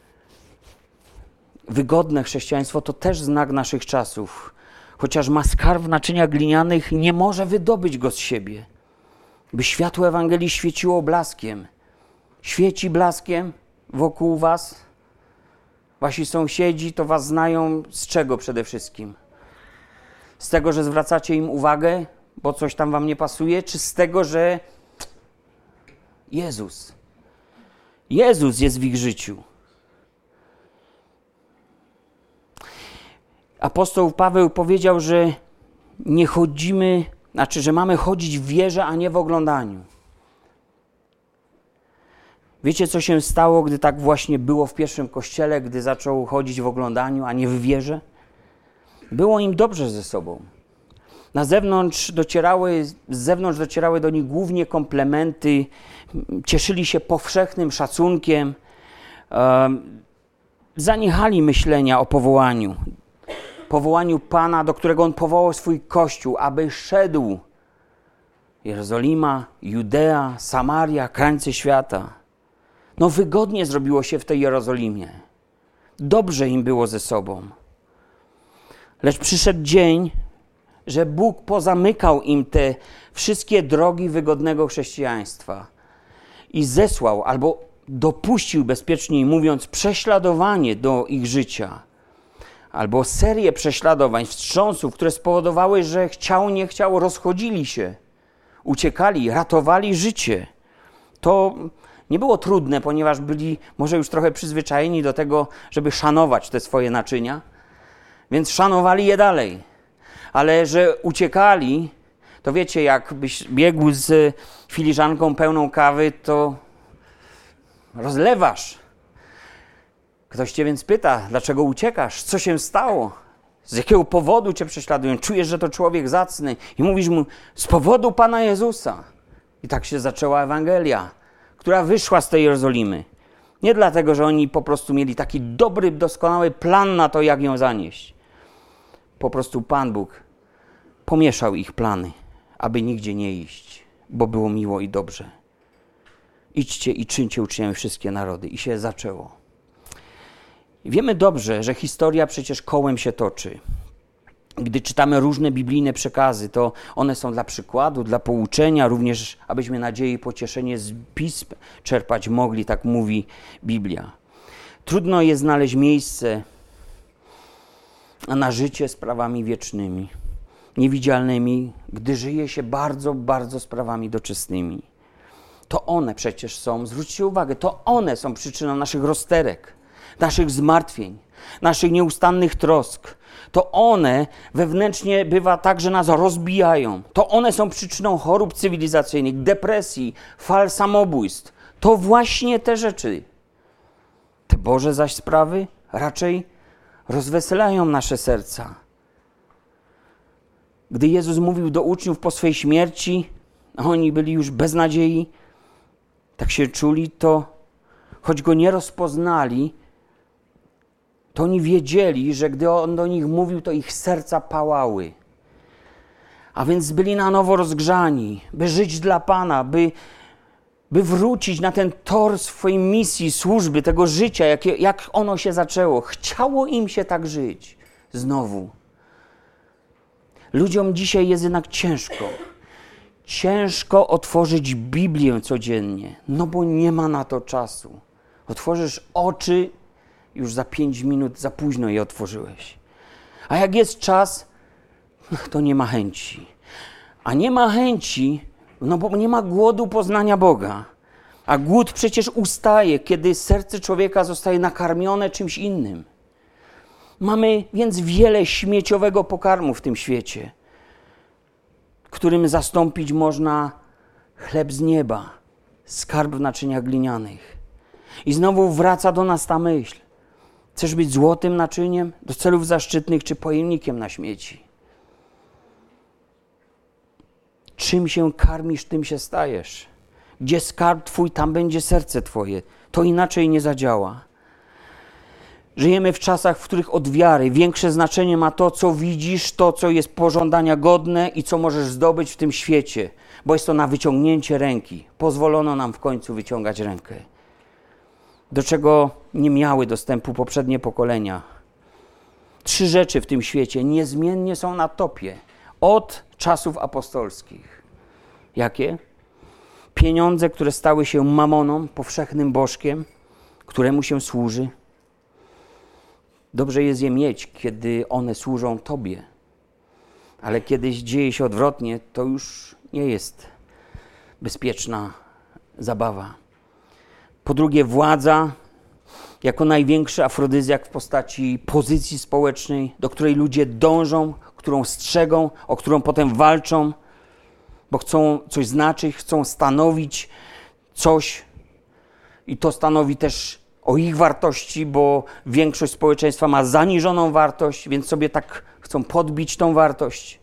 Wygodne chrześcijaństwo to też znak naszych czasów. Chociaż ma skarb w naczyniach glinianych, nie może wydobyć go z siebie. By światło Ewangelii świeciło blaskiem. Świeci blaskiem wokół was. Wasi sąsiedzi to was znają z czego przede wszystkim? Z tego, że zwracacie im uwagę, bo coś tam wam nie pasuje, czy z tego, że Jezus jest w ich życiu. Apostoł Paweł powiedział, że nie chodzimy, że mamy chodzić w wierze, a nie w oglądaniu. Wiecie, co się stało, gdy tak właśnie było w pierwszym kościele, gdy zaczął chodzić w oglądaniu, a nie w wierze? Było im dobrze ze sobą. Z zewnątrz docierały do nich głównie komplementy, cieszyli się powszechnym szacunkiem, zaniechali myślenia o powołaniu Pana, do którego On powołał swój Kościół, aby szedł Jerozolima, Judea, Samaria, krańce świata. No wygodnie zrobiło się w tej Jerozolimie. Dobrze im było ze sobą. Lecz przyszedł dzień, że Bóg pozamykał im te wszystkie drogi wygodnego chrześcijaństwa i zesłał, albo dopuścił, bezpieczniej mówiąc, prześladowanie do ich życia, albo serię prześladowań, wstrząsów, które spowodowały, że chciał, nie chciał, rozchodzili się, uciekali, ratowali życie. To nie było trudne, ponieważ byli może już trochę przyzwyczajeni do tego, żeby szanować te swoje naczynia, więc szanowali je dalej. Ale że uciekali, to wiecie, jakbyś biegł z filiżanką pełną kawy, to rozlewasz. Ktoś cię więc pyta, dlaczego uciekasz? Co się stało? Z jakiego powodu cię prześladują? Czujesz, że to człowiek zacny. I mówisz mu, z powodu Pana Jezusa. I tak się zaczęła Ewangelia, która wyszła z tej Jerozolimy. Nie dlatego, że oni po prostu mieli taki dobry, doskonały plan na to, jak ją zanieść. Po prostu Pan Bóg pomieszał ich plany, aby nigdzie nie iść, bo było miło i dobrze. Idźcie i czyńcie uczniami wszystkie narody. I się zaczęło. Wiemy dobrze, że historia przecież kołem się toczy. Gdy czytamy różne biblijne przekazy, to one są dla przykładu, dla pouczenia, również abyśmy nadzieję i pocieszenie z pism czerpać mogli, tak mówi Biblia. Trudno jest znaleźć miejsce na życie sprawami wiecznymi, niewidzialnymi, gdy żyje się bardzo, bardzo sprawami doczesnymi. To one przecież są, zwróćcie uwagę, to one są przyczyną naszych rozterek, naszych zmartwień, naszych nieustannych trosk. To one wewnętrznie bywa tak, że nas rozbijają. To one są przyczyną chorób cywilizacyjnych, depresji, fal samobójstw. To właśnie te rzeczy. Te Boże zaś sprawy raczej rozweselają nasze serca. Gdy Jezus mówił do uczniów po swej śmierci, a oni byli już bez nadziei, tak się czuli, to choć Go nie rozpoznali, to oni wiedzieli, że gdy On do nich mówił, to ich serca pałały. A więc byli na nowo rozgrzani, by żyć dla Pana, by wrócić na ten tor swojej misji, służby, tego życia, jak ono się zaczęło. Chciało im się tak żyć znowu. Ludziom dzisiaj jest jednak ciężko. Ciężko otworzyć Biblię codziennie, no bo nie ma na to czasu. Otworzysz oczy, już za 5 minut za późno je otworzyłeś. A jak jest czas, to nie ma chęci. A nie ma chęci, no bo nie ma głodu poznania Boga. A głód przecież ustaje, kiedy serce człowieka zostaje nakarmione czymś innym. Mamy więc wiele śmieciowego pokarmu w tym świecie, którym zastąpić można chleb z nieba, skarb w naczyniach glinianych. I znowu wraca do nas ta myśl. Chcesz być złotym naczyniem do celów zaszczytnych czy pojemnikiem na śmieci? Czym się karmisz, tym się stajesz. Gdzie skarb twój, tam będzie serce twoje. To inaczej nie zadziała. Żyjemy w czasach, w których od wiary większe znaczenie ma to, co widzisz, to, co jest pożądania godne i co możesz zdobyć w tym świecie, bo jest to na wyciągnięcie ręki. Pozwolono nam w końcu wyciągać rękę, do czego nie miały dostępu poprzednie pokolenia. 3 rzeczy w tym świecie niezmiennie są na topie od czasów apostolskich. Jakie? Pieniądze, które stały się mamoną, powszechnym bożkiem, któremu się służy. Dobrze jest je mieć, kiedy one służą Tobie. Ale kiedy dzieje się odwrotnie, to już nie jest bezpieczna zabawa. Po drugie, władza jako największy afrodyzjak w postaci pozycji społecznej, do której ludzie dążą, którą strzegą, o którą potem walczą, bo chcą coś znaczyć, chcą stanowić coś i to stanowi też o ich wartości, bo większość społeczeństwa ma zaniżoną wartość, więc sobie tak chcą podbić tą wartość.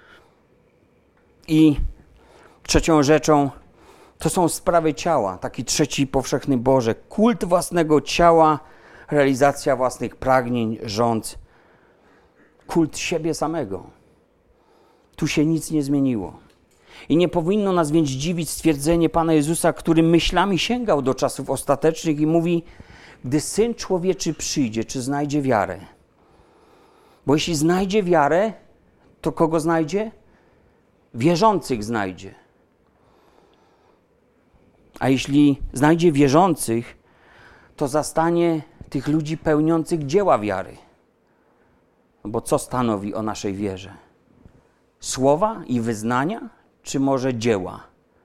I trzecią rzeczą to są sprawy ciała, taki trzeci powszechny Boże. Kult własnego ciała, realizacja własnych pragnień, rządz. Kult siebie samego. Tu się nic nie zmieniło. I nie powinno nas więc dziwić stwierdzenie Pana Jezusa, który myślami sięgał do czasów ostatecznych i mówi: gdy Syn Człowieczy przyjdzie, czy znajdzie wiarę? Bo jeśli znajdzie wiarę, to kogo znajdzie? Wierzących znajdzie. A jeśli znajdzie wierzących, to zastanie tych ludzi pełniących dzieła wiary. Bo co stanowi o naszej wierze? Słowa i wyznania, czy może dzieła?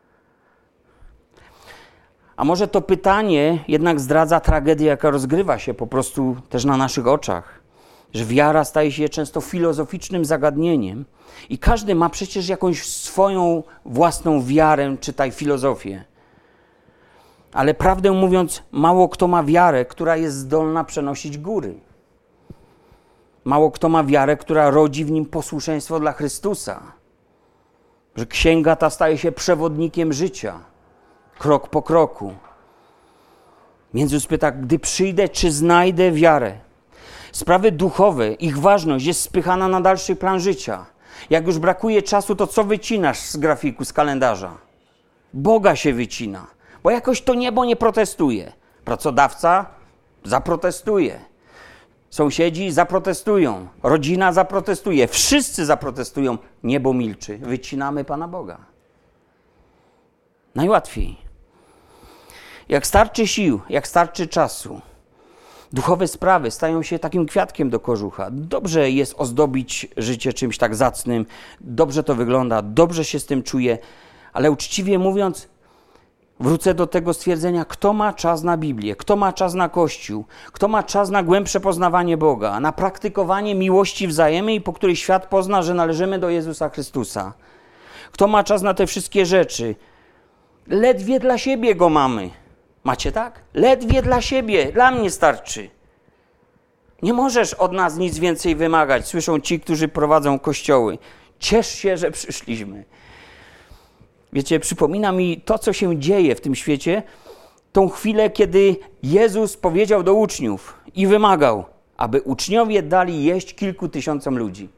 A może to pytanie jednak zdradza tragedię, jaka rozgrywa się po prostu też na naszych oczach. Że wiara staje się często filozoficznym zagadnieniem i każdy ma przecież jakąś swoją własną wiarę, czytaj filozofię. Ale prawdę mówiąc, mało kto ma wiarę, która jest zdolna przenosić góry. Mało kto ma wiarę, która rodzi w nim posłuszeństwo dla Chrystusa. Że księga ta staje się przewodnikiem życia, krok po kroku. Więc Jezus pyta, gdy przyjdę, czy znajdę wiarę? Sprawy duchowe, ich ważność jest spychana na dalszy plan życia. Jak już brakuje czasu, to co wycinasz z grafiku, z kalendarza? Boga się wycina, bo jakoś to niebo nie protestuje. Pracodawca zaprotestuje. Sąsiedzi zaprotestują. Rodzina zaprotestuje. Wszyscy zaprotestują. Niebo milczy. Wycinamy Pana Boga. Najłatwiej. Jak starczy sił, jak starczy czasu, duchowe sprawy stają się takim kwiatkiem do kożucha. Dobrze jest ozdobić życie czymś tak zacnym. Dobrze to wygląda. Dobrze się z tym czuję. Ale uczciwie mówiąc, wrócę do tego stwierdzenia, kto ma czas na Biblię, kto ma czas na Kościół, kto ma czas na głębsze poznawanie Boga, na praktykowanie miłości wzajemnej, po której świat pozna, że należymy do Jezusa Chrystusa. Kto ma czas na te wszystkie rzeczy? Ledwie dla siebie go mamy. Macie tak? Ledwie dla siebie, dla mnie starczy. Nie możesz od nas nic więcej wymagać, słyszą ci, którzy prowadzą kościoły. Ciesz się, że przyszliśmy. Wiecie, przypomina mi to, co się dzieje w tym świecie, tą chwilę, kiedy Jezus powiedział do uczniów i wymagał, aby uczniowie dali jeść kilku tysiącom ludzi.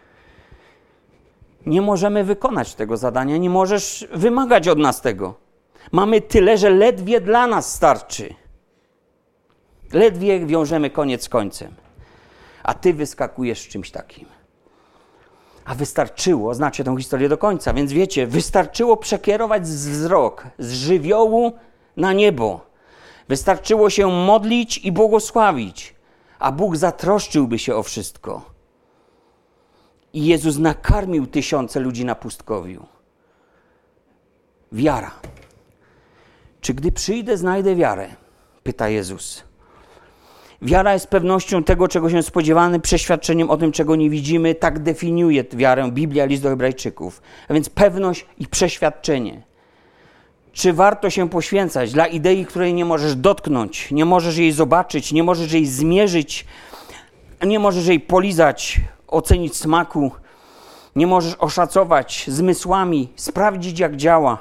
Nie możemy wykonać tego zadania, nie możesz wymagać od nas tego. Mamy tyle, że ledwie dla nas starczy. Ledwie wiążemy koniec z końcem. A ty wyskakujesz z czymś takim. A wystarczyło, znacie tę historię do końca, więc wiecie, wystarczyło przekierować wzrok z żywiołu na niebo. Wystarczyło się modlić i błogosławić, a Bóg zatroszczyłby się o wszystko. I Jezus nakarmił tysiące ludzi na pustkowiu. Wiara. Czy gdy przyjdę, znajdę wiarę? Pyta Jezus. Wiara jest pewnością tego, czego się spodziewamy, przeświadczeniem o tym, czego nie widzimy. Tak definiuje wiarę Biblia, list do Hebrajczyków. A więc pewność i przeświadczenie. Czy warto się poświęcać dla idei, której nie możesz dotknąć, nie możesz jej zobaczyć, nie możesz jej zmierzyć, nie możesz jej polizać, ocenić smaku, nie możesz oszacować zmysłami, sprawdzić, jak działa.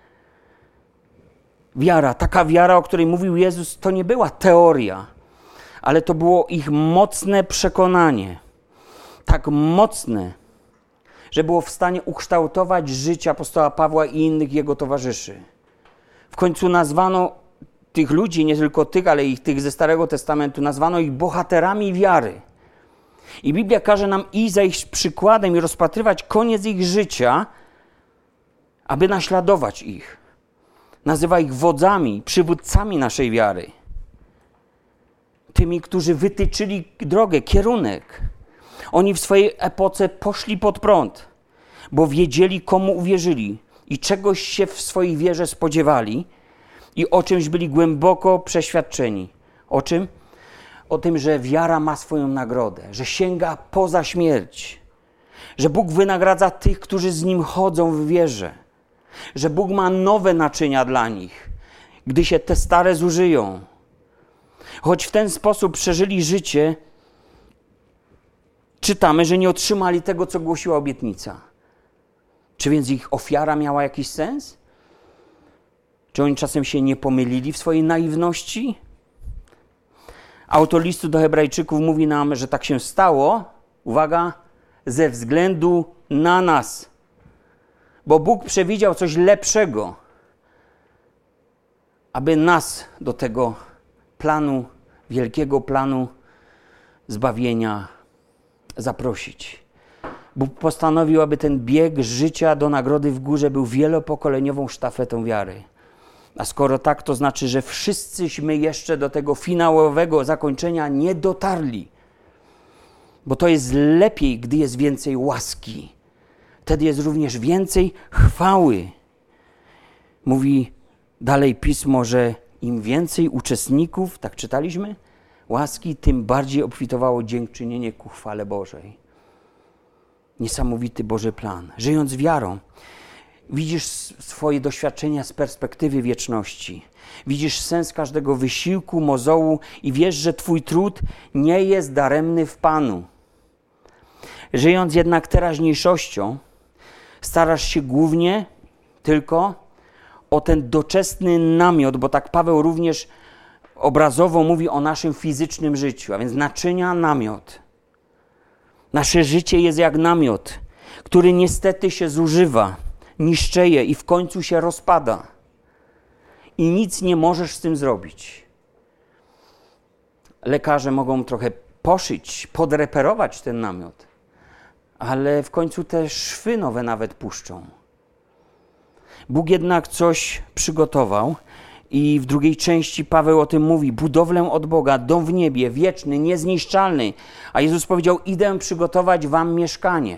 Wiara, taka wiara, o której mówił Jezus, to nie była teoria, ale to było ich mocne przekonanie. Tak mocne, że było w stanie ukształtować życie apostoła Pawła i innych jego towarzyszy. W końcu nazwano tych ludzi, nie tylko tych, ale i tych ze Starego Testamentu, nazwano ich bohaterami wiary. I Biblia każe nam iść za ich przykładem i rozpatrywać koniec ich życia, aby naśladować ich. Nazywa ich wodzami, przywódcami naszej wiary. Tymi, którzy wytyczyli drogę, kierunek. Oni w swojej epoce poszli pod prąd, bo wiedzieli, komu uwierzyli i czegoś się w swojej wierze spodziewali i o czymś byli głęboko przeświadczeni. O czym? O tym, że wiara ma swoją nagrodę, że sięga poza śmierć, że Bóg wynagradza tych, którzy z Nim chodzą w wierze, że Bóg ma nowe naczynia dla nich, gdy się te stare zużyją. Choć w ten sposób przeżyli życie, czytamy, że nie otrzymali tego, co głosiła obietnica. Czy więc ich ofiara miała jakiś sens? Czy oni czasem się nie pomylili w swojej naiwności? Autor listu do Hebrajczyków mówi nam, że tak się stało, uwaga, ze względu na nas. Bo Bóg przewidział coś lepszego, aby nas do tego planu, wielkiego planu zbawienia zaprosić. Bóg postanowił, aby ten bieg życia do nagrody w górze był wielopokoleniową sztafetą wiary. A skoro tak, to znaczy, że wszyscyśmy jeszcze do tego finałowego zakończenia nie dotarli. Bo to jest lepiej, gdy jest więcej łaski. Wtedy jest również więcej chwały. Mówi dalej Pismo, że im więcej uczestników, tak czytaliśmy, łaski, tym bardziej obfitowało dziękczynienie ku chwale Bożej. Niesamowity Boży plan. Żyjąc wiarą. Widzisz swoje doświadczenia z perspektywy wieczności. Widzisz sens każdego wysiłku, mozołu i wiesz, że twój trud nie jest daremny w Panu. Żyjąc jednak teraźniejszością, starasz się głównie tylko o ten doczesny namiot, bo tak Paweł również obrazowo mówi o naszym fizycznym życiu, a więc naczynia, namiot. Nasze życie jest jak namiot, który niestety się zużywa, niszczeje i w końcu się rozpada. I nic nie możesz z tym zrobić. Lekarze mogą trochę poszyć, podreperować ten namiot, ale w końcu te szwy nowe nawet puszczą. Bóg jednak coś przygotował i w drugiej części Paweł o tym mówi. Budowlę od Boga, dom w niebie, wieczny, niezniszczalny. A Jezus powiedział, idę przygotować wam mieszkanie.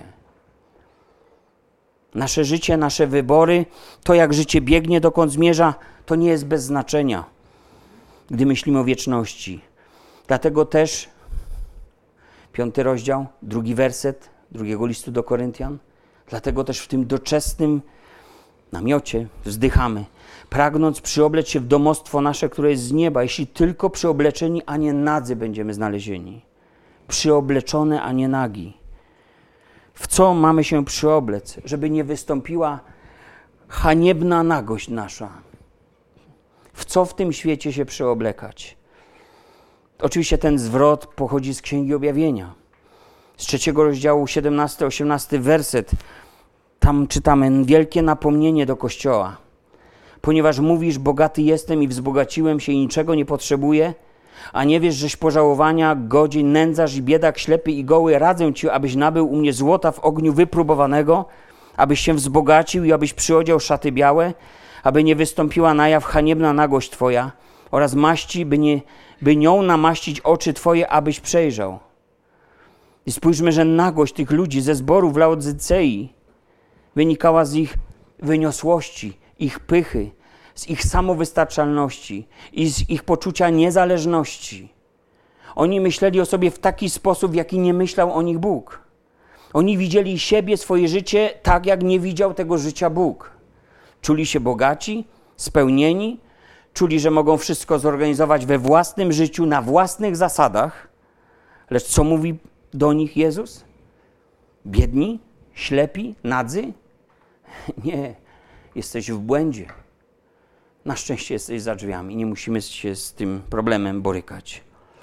Nasze życie, nasze wybory, to jak życie biegnie, dokąd zmierza, to nie jest bez znaczenia, gdy myślimy o wieczności. Dlatego też 5 rozdział, 2 werset 2 listu do Koryntian. Dlatego też w tym doczesnym namiocie wzdychamy, pragnąc przyoblec się w domostwo nasze, które jest z nieba, jeśli tylko przyobleczeni, a nie nadzy będziemy znalezieni. Przyobleczone, a nie nagi. W co mamy się przyoblec, żeby nie wystąpiła haniebna nagość nasza? W co w tym świecie się przyoblekać? Oczywiście ten zwrot pochodzi z Księgi Objawienia. Z 3 rozdziału 17-18 werset. Tam czytamy wielkie napomnienie do Kościoła. Ponieważ mówisz, bogaty jestem i wzbogaciłem się i niczego nie potrzebuję, a nie wiesz, żeś pożałowania, godzin, nędzarz i biedak, ślepy i goły, radzę ci, abyś nabył u mnie złota w ogniu wypróbowanego, abyś się wzbogacił i abyś przyodział szaty białe, aby nie wystąpiła na jaw haniebna nagość twoja oraz maści, by nią namaścić oczy twoje, abyś przejrzał. I spójrzmy, że nagość tych ludzi ze zboru w Laodycei wynikała z ich wyniosłości, ich pychy, z ich samowystarczalności i z ich poczucia niezależności. Oni myśleli o sobie w taki sposób, w jaki nie myślał o nich Bóg. Oni widzieli siebie, swoje życie tak, jak nie widział tego życia Bóg. Czuli się bogaci, spełnieni, czuli, że mogą wszystko zorganizować we własnym życiu, na własnych zasadach. Lecz co mówi do nich Jezus? Biedni, ślepi, nadzy? Nie, jesteś w błędzie. Na szczęście jesteś za drzwiami, nie musimy się z tym problemem borykać.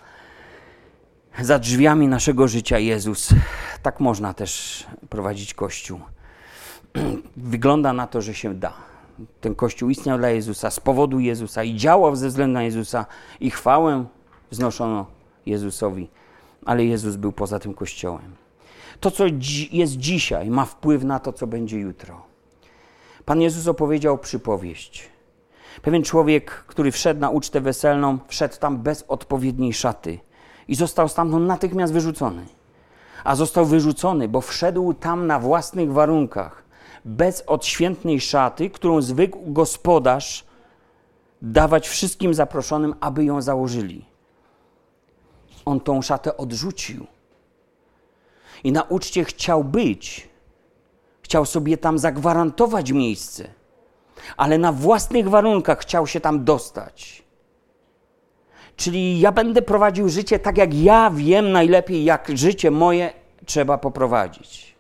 Za drzwiami naszego życia Jezus. Tak można też prowadzić Kościół. Wygląda na to, że się da. Ten Kościół istniał dla Jezusa, z powodu Jezusa i działał ze względu na Jezusa i chwałę wznoszono Jezusowi. Ale Jezus był poza tym Kościołem. To, co jest dzisiaj, ma wpływ na to, co będzie jutro. Pan Jezus opowiedział przypowieść. Pewien człowiek, który wszedł na ucztę weselną, wszedł tam bez odpowiedniej szaty i został stamtąd natychmiast wyrzucony. A został wyrzucony, bo wszedł tam na własnych warunkach, bez odświętnej szaty, którą zwykł gospodarz dawać wszystkim zaproszonym, aby ją założyli. On tą szatę odrzucił. I na uczcie chciał być. Chciał sobie tam zagwarantować miejsce. Ale na własnych warunkach chciał się tam dostać. Czyli ja będę prowadził życie tak, jak ja wiem najlepiej, jak życie moje trzeba poprowadzić.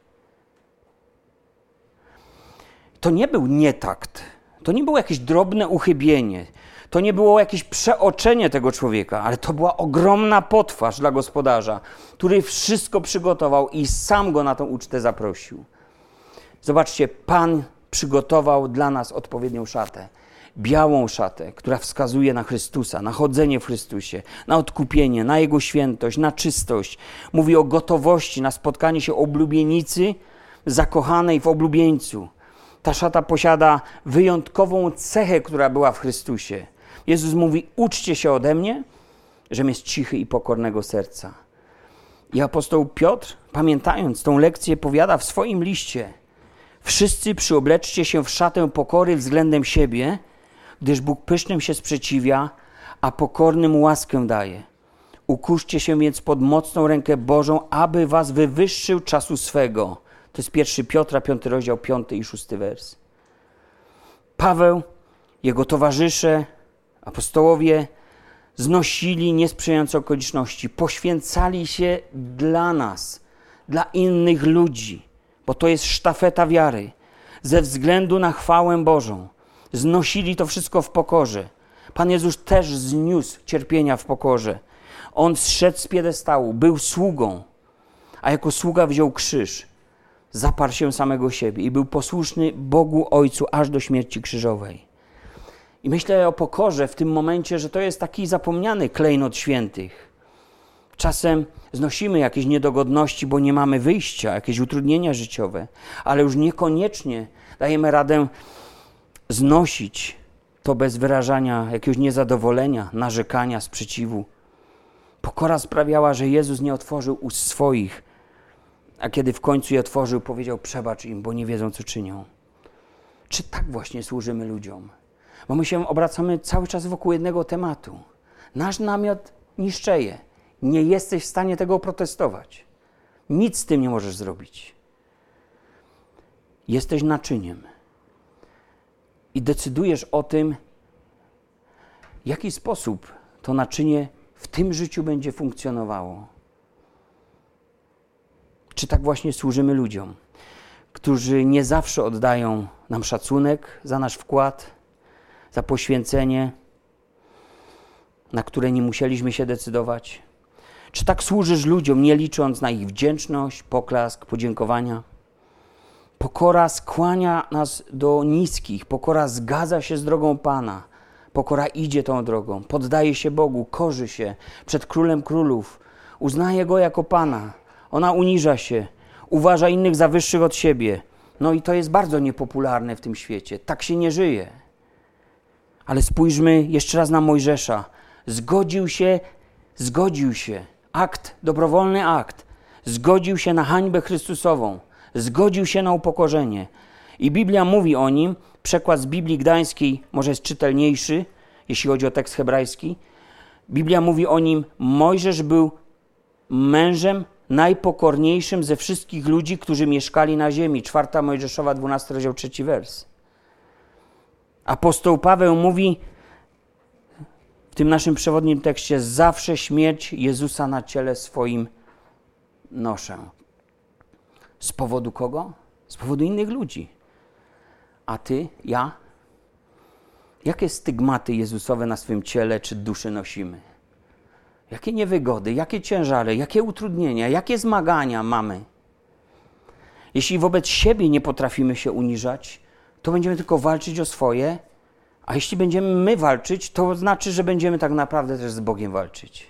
To nie był nietakt. To nie było jakieś drobne uchybienie. To nie było jakieś przeoczenie tego człowieka, ale to była ogromna potwarz dla gospodarza, który wszystko przygotował i sam go na tę ucztę zaprosił. Zobaczcie, Pan przygotował dla nas odpowiednią szatę. Białą szatę, która wskazuje na Chrystusa, na chodzenie w Chrystusie, na odkupienie, na Jego świętość, na czystość. Mówi o gotowości na spotkanie się oblubienicy zakochanej w oblubieńcu. Ta szata posiada wyjątkową cechę, która była w Chrystusie. Jezus mówi, uczcie się ode mnie, żem jest cichy i pokornego serca. I apostoł Piotr, pamiętając tą lekcję, powiada w swoim liście: wszyscy przyobleczcie się w szatę pokory względem siebie, gdyż Bóg pysznym się sprzeciwia, a pokornym łaskę daje. Ukuszcie się więc pod mocną rękę Bożą, aby was wywyższył czasu swego. To jest 1 Piotra, 5 rozdział, 5 i 6 wers. Paweł, jego towarzysze, apostołowie znosili niesprzyjające okoliczności, poświęcali się dla nas, dla innych ludzi, bo to jest sztafeta wiary. Ze względu na chwałę Bożą znosili to wszystko w pokorze. Pan Jezus też zniósł cierpienia w pokorze. On zszedł z piedestału, był sługą, a jako sługa wziął krzyż. Zaparł się samego siebie i był posłuszny Bogu Ojcu aż do śmierci krzyżowej. I myślę o pokorze w tym momencie, że to jest taki zapomniany klejnot świętych. Czasem znosimy jakieś niedogodności, bo nie mamy wyjścia, jakieś utrudnienia życiowe, ale już niekoniecznie dajemy radę znosić to bez wyrażania jakiegoś niezadowolenia, narzekania, sprzeciwu. Pokora sprawiała, że Jezus nie otworzył ust swoich, a kiedy w końcu je otworzył, powiedział: przebacz im, bo nie wiedzą, co czynią. Czy tak właśnie służymy ludziom? Bo my się obracamy cały czas wokół jednego tematu. Nasz namiot niszczeje. Nie jesteś w stanie tego oprotestować. Nic z tym nie możesz zrobić. Jesteś naczyniem. I decydujesz o tym, w jaki sposób to naczynie w tym życiu będzie funkcjonowało. Czy tak właśnie służymy ludziom, którzy nie zawsze oddają nam szacunek za nasz wkład, za poświęcenie, na które nie musieliśmy się decydować? Czy tak służysz ludziom, nie licząc na ich wdzięczność, poklask, podziękowania? Pokora skłania nas do niskich, pokora zgadza się z drogą Pana, pokora idzie tą drogą, poddaje się Bogu, korzy się przed Królem Królów, uznaje Go jako Pana. Ona uniża się, uważa innych za wyższych od siebie. No i to jest bardzo niepopularne w tym świecie. Tak się nie żyje. Ale spójrzmy jeszcze raz na Mojżesza. Zgodził się. Dobrowolny akt. Zgodził się na hańbę Chrystusową. Zgodził się na upokorzenie. I Biblia mówi o nim, przekład z Biblii Gdańskiej może jest czytelniejszy, jeśli chodzi o tekst hebrajski. Biblia mówi o nim: Mojżesz był mężem najpokorniejszym ze wszystkich ludzi, którzy mieszkali na ziemi. 4 Mojżeszowa, 12 rozdział, 3 wers. Apostoł Paweł mówi w tym naszym przewodnim tekście: zawsze śmierć Jezusa na ciele swoim noszę. Z powodu kogo? Z powodu innych ludzi. A ty, ja? Jakie stygmaty Jezusowe na swym ciele czy duszy nosimy? Jakie niewygody, jakie ciężary, jakie utrudnienia, jakie zmagania mamy? Jeśli wobec siebie nie potrafimy się uniżać, to będziemy tylko walczyć o swoje, a jeśli będziemy my walczyć, to znaczy, że będziemy tak naprawdę też z Bogiem walczyć.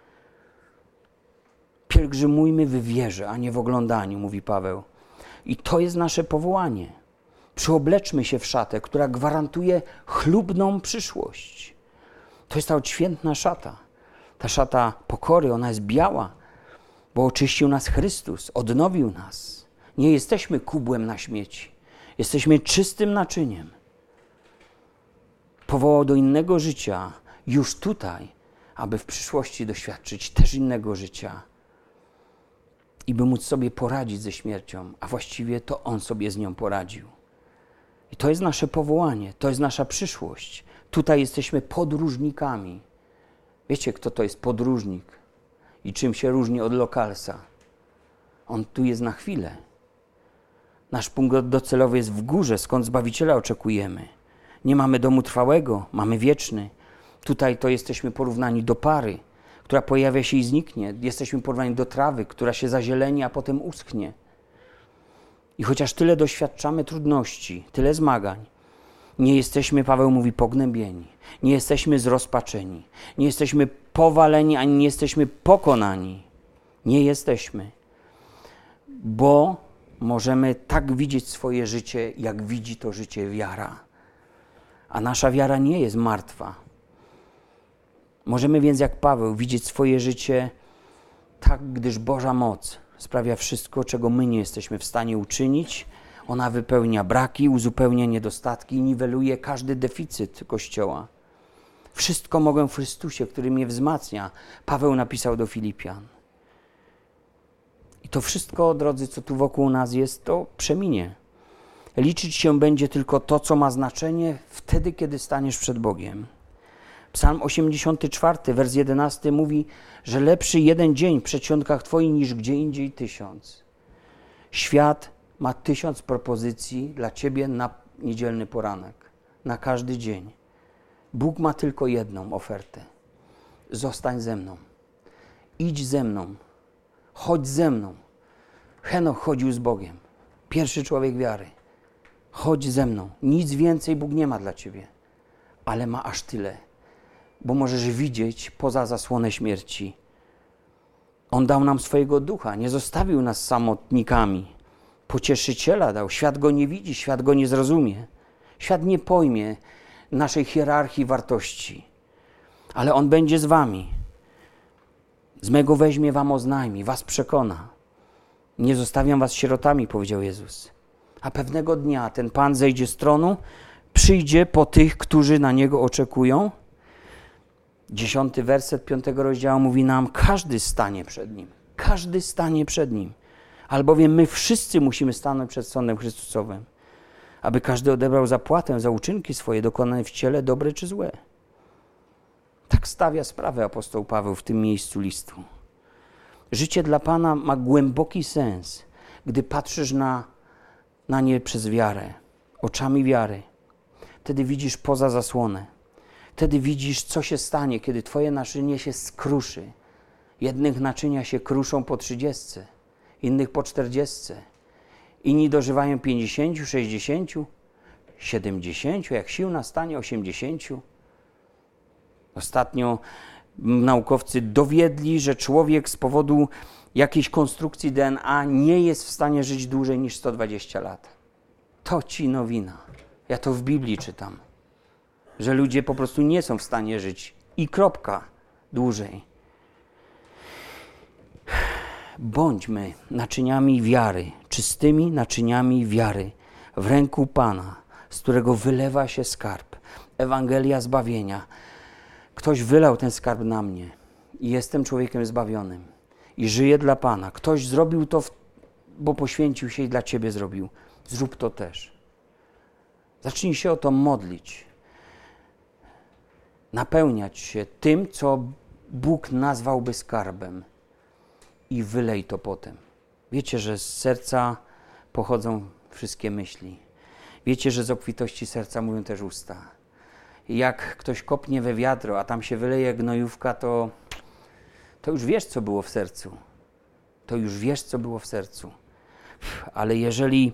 Pielgrzymujmy w wierze, a nie w oglądaniu, mówi Paweł. I to jest nasze powołanie. Przyobleczmy się w szatę, która gwarantuje chlubną przyszłość. To jest ta odświętna szata. Ta szata pokory, ona jest biała, bo oczyścił nas Chrystus, odnowił nas. Nie jesteśmy kubłem na śmieci. Jesteśmy czystym naczyniem. Powołał do innego życia już tutaj, aby w przyszłości doświadczyć też innego życia i by móc sobie poradzić ze śmiercią, a właściwie to On sobie z nią poradził. I to jest nasze powołanie, to jest nasza przyszłość. Tutaj jesteśmy podróżnikami. Wiecie, kto to jest podróżnik i czym się różni od lokalsa? On tu jest na chwilę. Nasz punkt docelowy jest w górze, skąd Zbawiciela oczekujemy. Nie mamy domu trwałego, mamy wieczny. Tutaj to jesteśmy porównani do pary, która pojawia się i zniknie. Jesteśmy porównani do trawy, która się zazieleni, a potem uschnie. I chociaż tyle doświadczamy trudności, tyle zmagań, nie jesteśmy, Paweł mówi, pognębieni. Nie jesteśmy zrozpaczeni. Nie jesteśmy powaleni, ani nie jesteśmy pokonani. Nie jesteśmy. Bo możemy tak widzieć swoje życie, jak widzi to życie wiara. A nasza wiara nie jest martwa. Możemy więc, jak Paweł, widzieć swoje życie tak, gdyż Boża moc sprawia wszystko, czego my nie jesteśmy w stanie uczynić. Ona wypełnia braki, uzupełnia niedostatki i niweluje każdy deficyt Kościoła. Wszystko mogę w Chrystusie, który mnie wzmacnia. Paweł napisał do Filipian. I to wszystko, drodzy, co tu wokół nas jest, to przeminie. Liczyć się będzie tylko to, co ma znaczenie wtedy, kiedy staniesz przed Bogiem. Psalm 84, wers 11 mówi, że lepszy jeden dzień w przedsionkach Twoich niż gdzie indziej 1000. Świat ma 1000 propozycji dla Ciebie na niedzielny poranek, na każdy dzień. Bóg ma tylko jedną ofertę. Zostań ze mną. Idź ze mną. Chodź ze mną. Henoch chodził z Bogiem. Pierwszy człowiek wiary. Chodź ze mną. Nic więcej Bóg nie ma dla Ciebie. Ale ma aż tyle. Bo możesz widzieć poza zasłonę śmierci. On dał nam swojego ducha. Nie zostawił nas samotnikami. Pocieszyciela dał. Świat go nie widzi. Świat go nie zrozumie. Świat nie pojmie naszej hierarchii wartości. Ale On będzie z wami. Z mego weźmie wam oznajmi. Was przekona. Nie zostawiam was sierotami, powiedział Jezus. A pewnego dnia ten Pan zejdzie z tronu, przyjdzie po tych, którzy na Niego oczekują. 10 werset 5 rozdziału mówi nam, każdy stanie przed Nim. Każdy stanie przed Nim. Albowiem my wszyscy musimy stanąć przed sądem Chrystusowym, aby każdy odebrał zapłatę za uczynki swoje dokonane w ciele, dobre czy złe. Tak stawia sprawę apostoł Paweł w tym miejscu listu. Życie dla Pana ma głęboki sens, gdy patrzysz na nie przez wiarę, oczami wiary. Wtedy widzisz poza zasłonę. Wtedy widzisz, co się stanie, kiedy Twoje naczynie się skruszy. Jednych naczynia się kruszą po 30, innych po 40. Inni dożywają 50, 60, 70, jak sił nastanie 80. Ostatnio naukowcy dowiedli, że człowiek z powodu jakiejś konstrukcji DNA nie jest w stanie żyć dłużej niż 120 lat. To ci nowina. Ja to w Biblii czytam. Że ludzie po prostu nie są w stanie żyć i kropka dłużej. Bądźmy naczyniami wiary, czystymi naczyniami wiary w ręku Pana, z którego wylewa się skarb. Ewangelia zbawienia. Ktoś wylał ten skarb na mnie i jestem człowiekiem zbawionym i żyję dla Pana. Ktoś zrobił to, bo poświęcił się i dla Ciebie zrobił. Zrób to też. Zacznij się o to modlić. Napełniać się tym, co Bóg nazwałby skarbem i wylej to potem. Wiecie, że z serca pochodzą wszystkie myśli. Wiecie, że z obfitości serca mówią też usta. I jak ktoś kopnie we wiadro, a tam się wyleje gnojówka, to już wiesz, co było w sercu. To już wiesz, co było w sercu. Ale jeżeli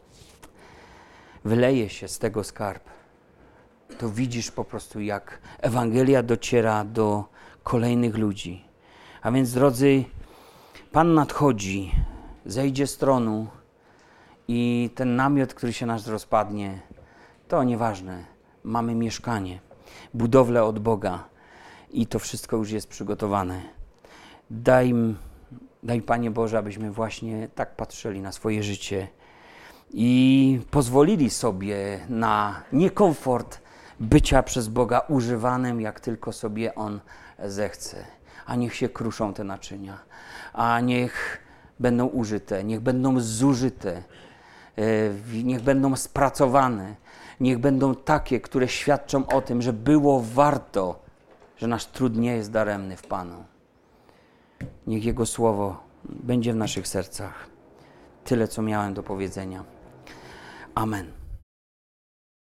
wyleje się z tego skarb, to widzisz po prostu, jak Ewangelia dociera do kolejnych ludzi. A więc, drodzy, Pan nadchodzi, zejdzie z tronu i ten namiot, który się nasz rozpadnie, to nieważne. Mamy mieszkanie, budowlę od Boga i to wszystko już jest przygotowane. Daj, Panie Boże, abyśmy właśnie tak patrzyli na swoje życie i pozwolili sobie na niekomfort bycia przez Boga używanym, jak tylko sobie On zechce. A niech się kruszą te naczynia, a niech będą użyte, niech będą zużyte, niech będą spracowane, niech będą takie, które świadczą o tym, że było warto, że nasz trud nie jest daremny w Panu. Niech Jego Słowo będzie w naszych sercach. Tyle, co miałem do powiedzenia. Amen.